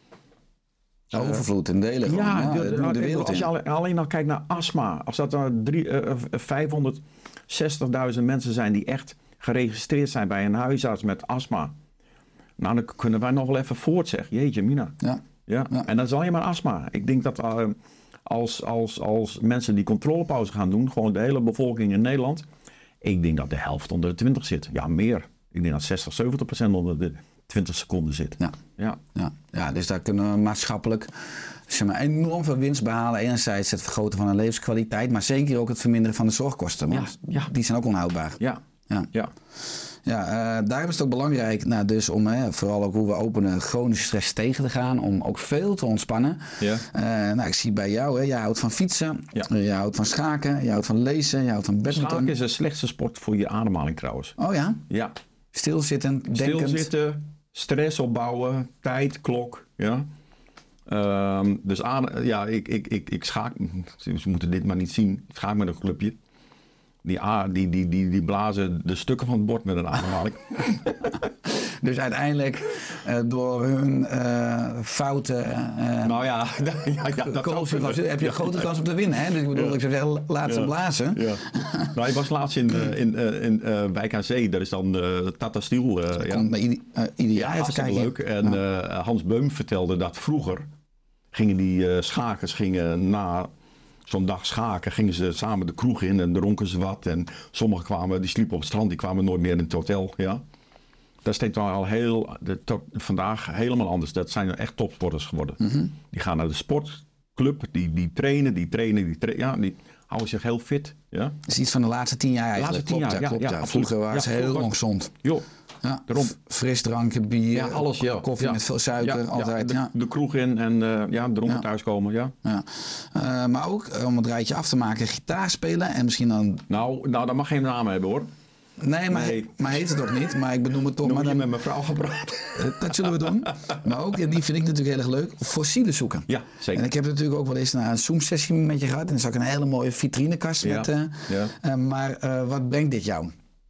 Uh, Overvloed en delen gewoon. Ja, ja de, de, de wereld als je alleen, alleen al kijkt naar astma. Als dat er uh, vijfhonderdzestigduizend mensen zijn die echt geregistreerd zijn bij een huisarts met astma. Nou, dan kunnen wij nog wel even voort zeggen. Jeetje, Mina. Ja. Ja. ja, en dan is alleen maar astma. Ik denk dat uh, als, als, als mensen die controlepauze gaan doen, gewoon de hele bevolking in Nederland, ik denk dat de helft onder de twintig zit. Ja, meer. Ik denk dat zestig, zeventig procent onder de twintig seconden zit. Ja, ja. ja. ja dus daar kunnen we maatschappelijk zeg maar, enorm veel winst behalen. Enerzijds het vergroten van de levenskwaliteit, maar zeker ook het verminderen van de zorgkosten. Want ja, ja. die zijn ook onhoudbaar. Ja, ja. ja. Ja, uh, daarom is het ook belangrijk, nou, dus om hè, vooral ook hoe we openen chronische stress tegen te gaan, om ook veel te ontspannen. Ja. Uh, nou, ik zie bij jou, hè, jij houdt van fietsen, ja. uh, je houdt van schaken, je houdt van lezen, je houdt van badminton. Schaken is de slechtste sport voor je ademhaling trouwens. Oh ja? Ja. Stilzitten, denkend. Stilzitten, stress opbouwen, tijd, klok, ja. Um, dus adem, ja, ik, ik, ik, ik schaak, ze moeten dit maar niet zien, ik schaak met een clubje. Die, die, die, die, die blazen de stukken van het bord met een ademhaling. Dus uiteindelijk uh, door hun uh, fouten... Uh, nou ja, ja, ja dat koos, heb je een grote kans om te winnen. Hè? Dus ik bedoel, ja. ik zou zeggen, laat ze ja. blazen. Ja. Nou, ik was laatst in, uh, in, uh, in uh, Wijk aan Zee. Dat is dan uh, Tata Steel. Uh, dat ja. komt ieder, uh, ieder jaar ja, even kijken. Leuk. En ja. uh, Hans Beum vertelde dat vroeger gingen die uh, schakers gingen na... Zo'n dag schaken gingen ze samen de kroeg in en dronken ze wat. En sommigen kwamen, die sliepen op het strand, die kwamen nooit meer in het hotel. Ja. Dat is al heel, de, to, vandaag helemaal anders. Dat zijn echt topsporters geworden. Mm-hmm. Die gaan naar de sportclub, die, die trainen, die trainen, die trainen. Ja, die houden zich heel fit. Ja. Dat is iets van de laatste tien jaar eigenlijk. De laatste tien klopt, jaar, ja. ja, ja, Vroeger waren ze ja, heel ongezond. Joh. Ja, frisdranken, bier, ja, alles, ja. koffie ja. met veel suiker, ja, altijd. Ja, de, ja. de kroeg in en uh, ja, dronken ja. thuiskomen, ja. ja. Uh, maar ook, om het rijtje af te maken, gitaar spelen en misschien dan... Nou, nou dat mag geen naam hebben hoor. Nee, maar, nee. maar heet het ook niet. Maar ik benoem het toch. Noem maar je dan... met mijn vrouw gepraat. Dat zullen we doen. Maar ook, en die vind ik natuurlijk heel erg leuk, fossielen zoeken. Ja, zeker. En ik heb natuurlijk ook wel eens een Zoom-sessie met je gehad. En dan zag ik een hele mooie vitrinekast. Ja. Met, uh, ja. uh, maar uh, wat brengt dit jou?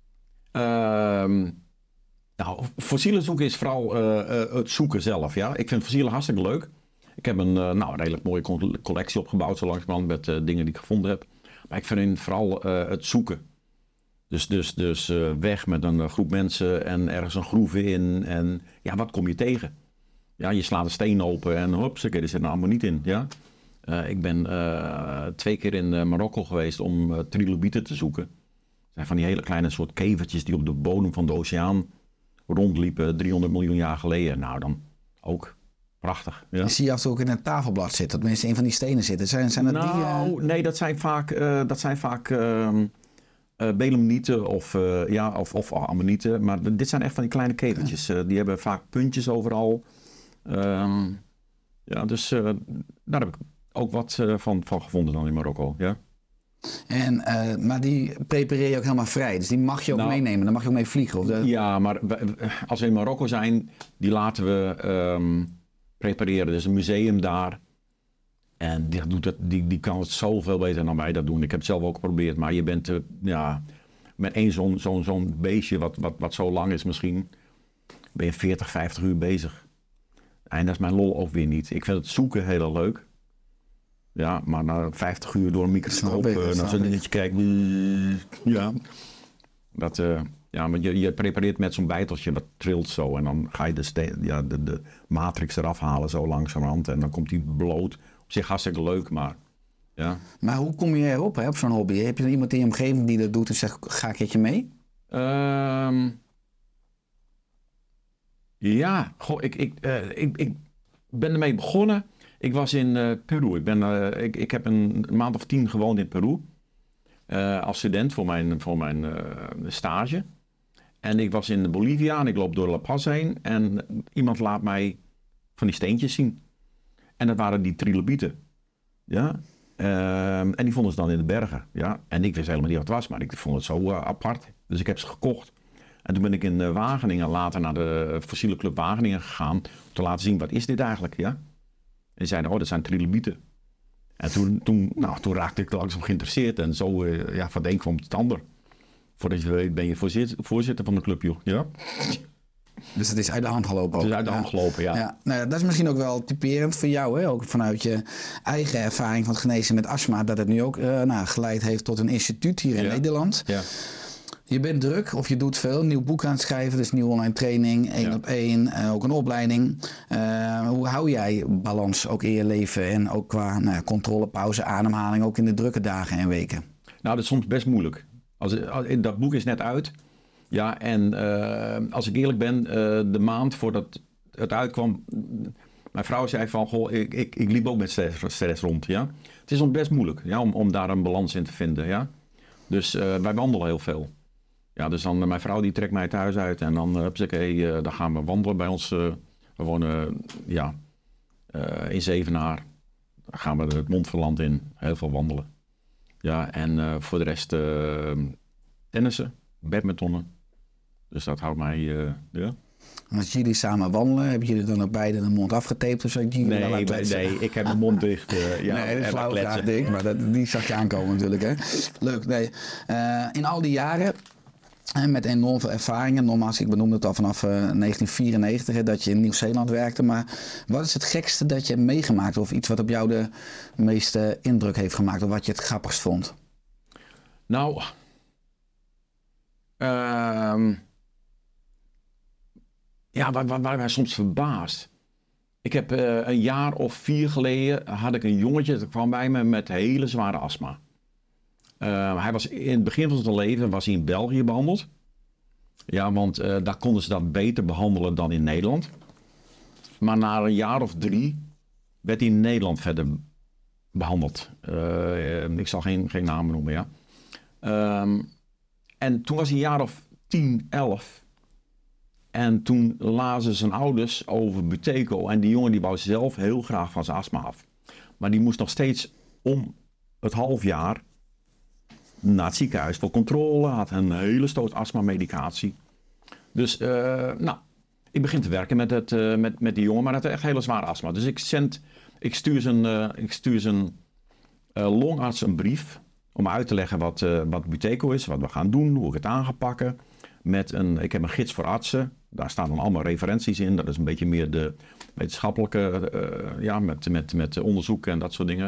Uh, nou, fossielen zoeken is vooral uh, uh, het zoeken zelf. Ja? Ik vind fossielen hartstikke leuk. Ik heb een uh, nou, redelijk mooie collectie opgebouwd zo langzamerhand met uh, dingen die ik gevonden heb. Maar ik vind vooral uh, het zoeken. Dus, dus, dus uh, weg met een groep mensen en ergens een groef in. En ja, wat kom je tegen? Ja, je slaat een steen open en hopsakee, er zit een ammoniet in. Ja? Uh, ik ben uh, twee keer in uh, Marokko geweest om uh, trilobieten te zoeken. Het zijn van die hele kleine soort kevertjes die op de bodem van de oceaan rondliepen driehonderd miljoen jaar geleden. Nou, dan ook prachtig. Ja. Je zie je af en toe ook in een tafelblad zitten, dat mensen in van die stenen zitten. Zijn, zijn dat nou, die... Uh... nee, dat zijn vaak... Uh, dat zijn vaak uh, Uh, belemnieten of, uh, ja, of, of ammonieten. Maar d- dit zijn echt van die kleine kevertjes. Uh, die hebben vaak puntjes overal. Uh, ja, dus uh, daar heb ik ook wat uh, van, van gevonden dan in Marokko. Ja. En, uh, maar die prepareer je ook helemaal vrij. Dus die mag je ook nou, meenemen. Dan mag je ook mee vliegen. Of de... Ja, maar we, als we in Marokko zijn, die laten we um, prepareren. Er is een museum daar. En die, doet het, die, die kan het zoveel beter dan wij dat doen. Ik heb het zelf ook geprobeerd. Maar je bent uh, ja, met één zo'n, zo'n, zo'n beestje wat, wat, wat zo lang is misschien, ben je veertig, vijftig uur bezig. En dat is mijn lol ook weer niet. Ik vind het zoeken heel leuk. Ja, maar na vijftig uur door een microscoop, uh, naar zo'n dingetje kijken. Uh, ja, dat, uh, ja, maar je, je prepareert met zo'n bijteltje, dat trilt zo. En dan ga je de, ste- ja, de, de matrix eraf halen zo langzamerhand. En dan komt die bloot. Op zich hartstikke leuk, maar ja. Maar hoe kom je erop, hè, op zo'n hobby? Heb je dan iemand in je omgeving die dat doet en zegt, ga ik je mee? Um, ja, goh, ik, ik, uh, ik, ik ben ermee begonnen. Ik was in uh, Peru. Ik, ben, uh, ik, ik heb een maand of tien gewoond in Peru. Uh, als student voor mijn, voor mijn uh, stage. En ik was in Bolivia en ik loop door La Paz heen. En iemand laat mij van die steentjes zien. En dat waren die trilobieten. Ja. Uh, en die vonden ze dan in de bergen. Ja. En ik wist helemaal niet wat het was, maar ik vond het zo uh, apart. Dus ik heb ze gekocht. En toen ben ik in uh, Wageningen later naar de Fossiele Club Wageningen gegaan. Om te laten zien, wat is dit eigenlijk? Ja. En die zeiden, oh, dat zijn trilobieten. En toen, toen, nou, toen raakte ik langzaam geïnteresseerd. En zo, uh, ja, van de een kwam het ander. Voordat je weet, ben je voorzitter, voorzitter van de club, joh. Ja. Dus het is uit de hand gelopen ook. Het is uit de ja. hand gelopen, ja. ja. Nou ja, dat is misschien ook wel typerend voor jou, hè? Ook vanuit je eigen ervaring van het genezen met astma. Dat het nu ook uh, nou, geleid heeft tot een instituut hier in ja. Nederland. Ja. Je bent druk of je doet veel. Nieuw boek aan het schrijven, dus nieuwe online training, één ja. op één, uh, ook een opleiding. Uh, hoe hou jij balans ook in je leven en ook qua nou ja, controle, pauze, ademhaling, ook in de drukke dagen en weken? Nou, dat is soms best moeilijk. Als, als, dat boek is net uit. Ja, en uh, als ik eerlijk ben, uh, de maand voordat het uitkwam, mijn vrouw zei van, goh, ik, ik, ik liep ook met stress, stress rond. Ja? Het is soms best moeilijk, ja, om, om daar een balans in te vinden. Ja? Dus uh, wij wandelen heel veel. Ja, dus dan, mijn vrouw die trekt mij het huis uit en dan, uh, hey, uh, dan gaan we wandelen bij ons. Uh, we wonen uh, ja, uh, in Zevenaar. Dan gaan we het Montferland in, heel veel wandelen. Ja, en uh, voor de rest uh, tennissen, badmintonnen. Dus dat houdt mij, uh, ja. En als jullie samen wandelen, hebben jullie dan ook beide de mond afgetaped? Of zo? Nee, nee, nee, ik heb mijn mond dicht. Uh, ja, nee, dat is flauw graag, denk ik, maar dat, die zag je aankomen natuurlijk. Hè? Leuk, nee. Uh, in al die jaren, en met enorm veel ervaringen, nogmaals, ik benoemde het al vanaf uh, negentien vierennegentig, hè, dat je in Nieuw-Zeeland werkte. Maar wat is het gekste dat je hebt meegemaakt? Of iets wat op jou de meeste indruk heeft gemaakt? Of wat je het grappigst vond? Nou, uh, ja, waar, waar, waar wij soms verbaasd. Ik heb uh, een jaar of vier geleden had ik een jongetje, dat kwam bij me met hele zware astma. Uh, hij was in het begin van zijn leven was hij in België behandeld. Ja, want uh, daar konden ze dat beter behandelen dan in Nederland. Maar na een jaar of drie werd hij in Nederland verder behandeld. Uh, ik zal geen, geen namen noemen, ja. Um, en toen was hij een jaar of tien, elf. En toen lazen zijn ouders over Buteco. En die jongen die wou zelf heel graag van zijn astma af. Maar die moest nog steeds om het half jaar naar het ziekenhuis voor controle. Had een hele stoot astma-medicatie. Dus, uh, nou, ik begin te werken met, het, uh, met, met die jongen. Maar hij had echt hele zware astma. Dus ik, zend, ik stuur zijn, uh, ik stuur zijn uh, longarts een brief om uit te leggen wat, uh, wat Buteco is, wat we gaan doen, hoe ik het aan ga pakken. Met een, ik heb een gids voor artsen. Daar staan dan allemaal referenties in. Dat is een beetje meer de wetenschappelijke, uh, ja, met, met, met onderzoeken en dat soort dingen.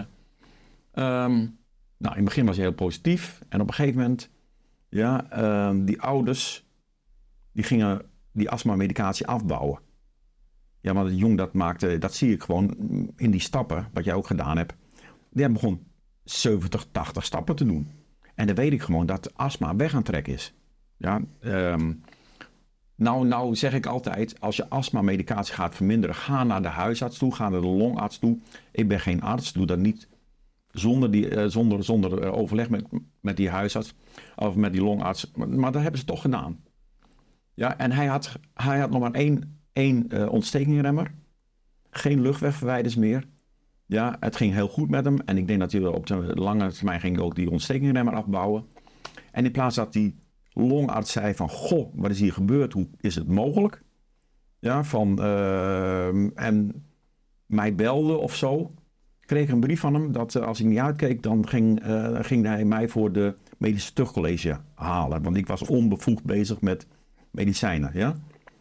Um, nou, in het begin was hij heel positief. En op een gegeven moment, ja, uh, die ouders, die gingen die astma-medicatie afbouwen. Ja, maar het jong dat maakte, dat zie ik gewoon in die stappen, wat jij ook gedaan hebt. Die hebben gewoon zeventig, tachtig stappen te doen. En dan weet ik gewoon dat de astma weg aan het trekken is. Ja, um, nou, nou zeg ik altijd, als je astma-medicatie gaat verminderen, ga naar de huisarts toe, ga naar de longarts toe. Ik ben geen arts, doe dat niet zonder, die, uh, zonder, zonder uh, overleg met, met die huisarts of met die longarts. Maar, maar dat hebben ze toch gedaan. Ja, en hij had, hij had nog maar één, één uh, ontstekingremmer, geen luchtwegverwijders meer. Ja, het ging heel goed met hem en ik denk dat hij op de lange termijn ging ook die ontstekingremmer afbouwen. En in plaats dat die longarts zei van, goh, wat is hier gebeurd? Hoe is het mogelijk? Ja, van, uh, en mij belde of zo. Ik kreeg een brief van hem dat uh, als ik niet uitkeek, dan ging, uh, ging hij mij voor de medische tuchtcollege halen. Want ik was onbevoegd bezig met medicijnen, ja.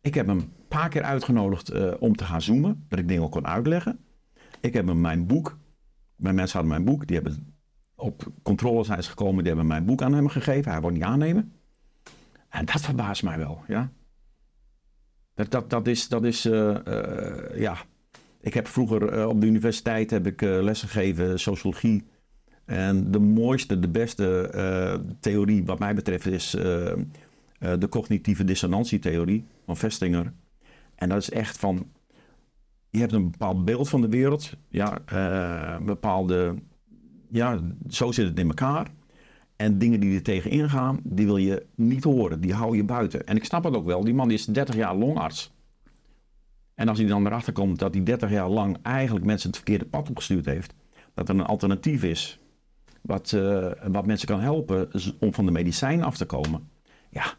Ik heb hem een paar keer uitgenodigd uh, om te gaan zoomen, dat ik dingen kon uitleggen. Ik heb hem mijn boek, mijn mensen hadden mijn boek, die hebben op controle zijn ze gekomen, die hebben mijn boek aan hem gegeven. Hij wou niet aannemen. En dat verbaast mij wel, ja. Dat, dat, dat is, dat is uh, uh, ja. Ik heb vroeger uh, op de universiteit heb ik uh, lessen gegeven, sociologie. En de mooiste, de beste uh, theorie wat mij betreft is uh, uh, de cognitieve dissonantietheorie van Vestinger. En dat is echt van, je hebt een bepaald beeld van de wereld, ja, uh, een bepaalde, ja, zo zit het in elkaar. En dingen die er tegenin gaan, die wil je niet horen, die hou je buiten. En ik snap het ook wel, die man is dertig jaar longarts. En als hij dan erachter komt dat hij dertig jaar lang eigenlijk mensen het verkeerde pad opgestuurd heeft, dat er een alternatief is, wat, uh, wat mensen kan helpen om van de medicijn af te komen. Ja,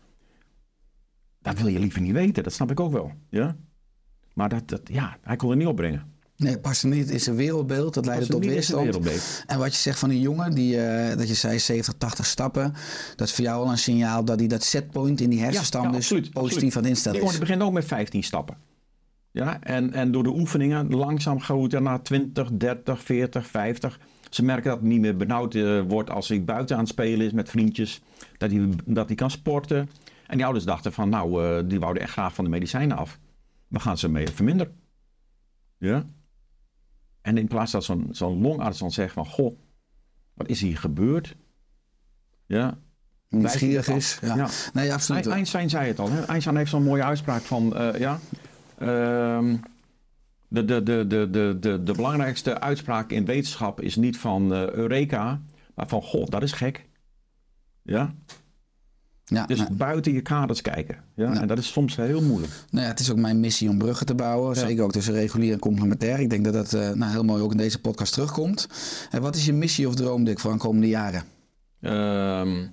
dat wil je liever niet weten, dat snap ik ook wel. Ja? Maar dat, dat, ja, hij kon er niet opbrengen. Nee, past er niet. Het is een wereldbeeld. Dat leidde tot weerstand. En wat je zegt van die jongen, die, uh, dat je zei zeventig, tachtig stappen. Dat is voor jou al een signaal dat hij dat setpoint in die hersenstam ja, ja, dus absoluut, positief absoluut. aan het instellen is. Die begint ook met vijftien stappen. Ja, en, en door de oefeningen langzaam groeit er naar twintig, dertig, veertig, vijftig. Ze merken dat het niet meer benauwd uh, wordt als hij buiten aan het spelen is met vriendjes. Dat hij, dat hij kan sporten. En die ouders dachten van nou, uh, die wouden echt graag van de medicijnen af. We gaan ze mee verminderen. Ja. En in plaats dat zo'n, zo'n longarts dan zegt van goh, wat is hier gebeurd? Ja. Nieuwsgierig is. Ja. Ja. Nee, absoluut. Einstein zei het al. Hè? Einstein heeft zo'n mooie uitspraak van uh, ja. Uh, de, de, de, de, de, de, de belangrijkste uitspraak in wetenschap is niet van uh, Eureka, maar van goh, dat is gek. Ja. Ja, dus nou, buiten je kaders kijken. Ja? Nou, en dat is soms heel moeilijk. Nou ja, het is ook mijn missie om bruggen te bouwen. Ja. Zeker ook tussen regulier en complementair. Ik denk dat dat uh, nou, heel mooi ook in deze podcast terugkomt. En wat is je missie of droom, Dick, voor de komende jaren? Um,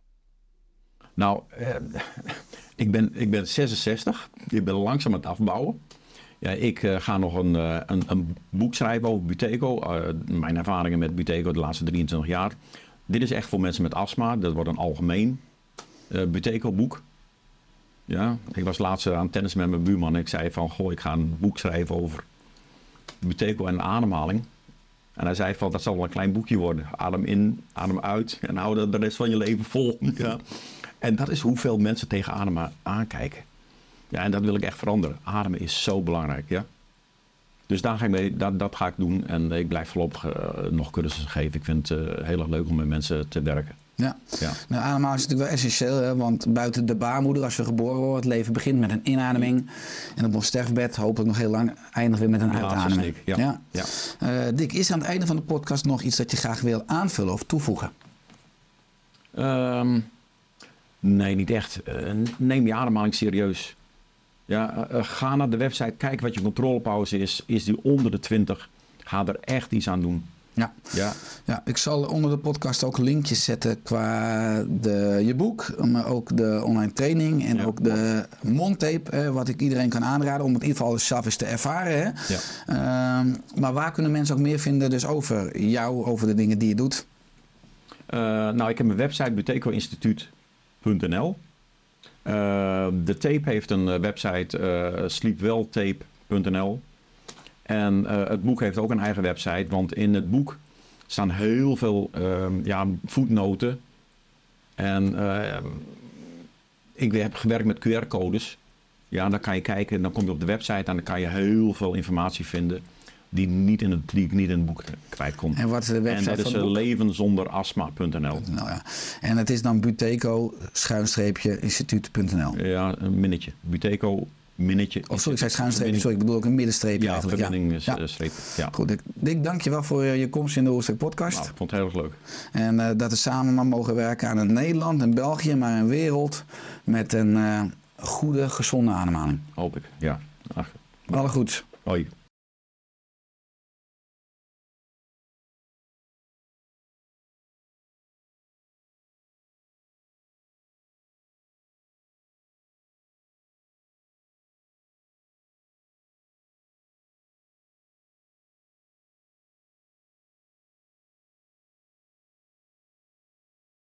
nou, uh, ik, ben, ik ben zesenzestig. Ik ben langzaam aan het afbouwen. Ja, ik uh, ga nog een, uh, een, een boek schrijven over Buteco. Uh, mijn ervaringen met Buteco de laatste drieëntwintig jaar. Dit is echt voor mensen met astma. Dat wordt een algemeen Uh, Buteco-boek. Ja, ik was laatst aan het tennis met mijn buurman en ik zei van, goh, ik ga een boek schrijven over Buteco en ademhaling. En hij zei van, dat zal wel een klein boekje worden. Adem in, adem uit en hou dat de rest van je leven vol. Ja. En dat is hoeveel mensen tegen ademen aankijken. Ja, en dat wil ik echt veranderen. Ademen is zo belangrijk, ja. Dus daar ga ik mee, dat, dat ga ik doen en ik blijf voorlopig uh, nog cursussen geven. Ik vind het uh, heel erg leuk om met mensen te werken. Ja, ja. Nou, ademhaling is natuurlijk wel essentieel, hè? Want buiten de baarmoeder, als we geboren worden, het leven begint met een inademing. En op ons sterfbed, hopelijk nog heel lang, eindigt weer met een ja, uitademing. Ja. Ja. Ja. Uh, Dick, is aan het einde van de podcast nog iets dat je graag wil aanvullen of toevoegen? Um, nee, niet echt. Uh, neem je ademhaling serieus. Ja, uh, ga naar de website, kijk wat je controlepauze is. Is die onder de twintig? Ga er echt iets aan doen. Ja. Ja. Ja, ik zal onder de podcast ook linkjes zetten qua de, je boek, maar ook de online training en ja. ook de mondtape, eh, wat ik iedereen kan aanraden om het in ieder geval zelf eens te ervaren. Hè. Ja. Uh, maar waar kunnen mensen ook meer vinden dus over jou, over de dingen die je doet? Uh, nou, ik heb mijn website buteco instituut punt n l. Uh, de tape heeft een website uh, sleepwelltape punt n l. En uh, het boek heeft ook een eigen website, want in het boek staan heel veel uh, ja, voetnoten. En uh, ik heb gewerkt met Q R-codes. Ja, dan kan je kijken, dan kom je op de website en dan kan je heel veel informatie vinden die, niet in het, die ik niet in het boek kwijt kon. En wat is de website? En dat is uh, levenzonderastma punt n l. Nou ja. En het is dan Buteco schuinstreepje instituut punt n l. Ja, een minnetje. Buteco minnetje. Oh, sorry, ik zei schuinstreepje. Sorry, ik bedoel ook een middenstreepje ja, eigenlijk. Verbinding, ja, ja. Goed, Dick, Dick, dank je wel voor je komst in de Oersterk podcast. Nou, ik vond het heel erg leuk. En uh, dat we samen maar mogen werken aan een Nederland en België, maar een wereld met een uh, goede, gezonde ademhaling. Hoop ik, ja. Ach, alle goeds. Hoi.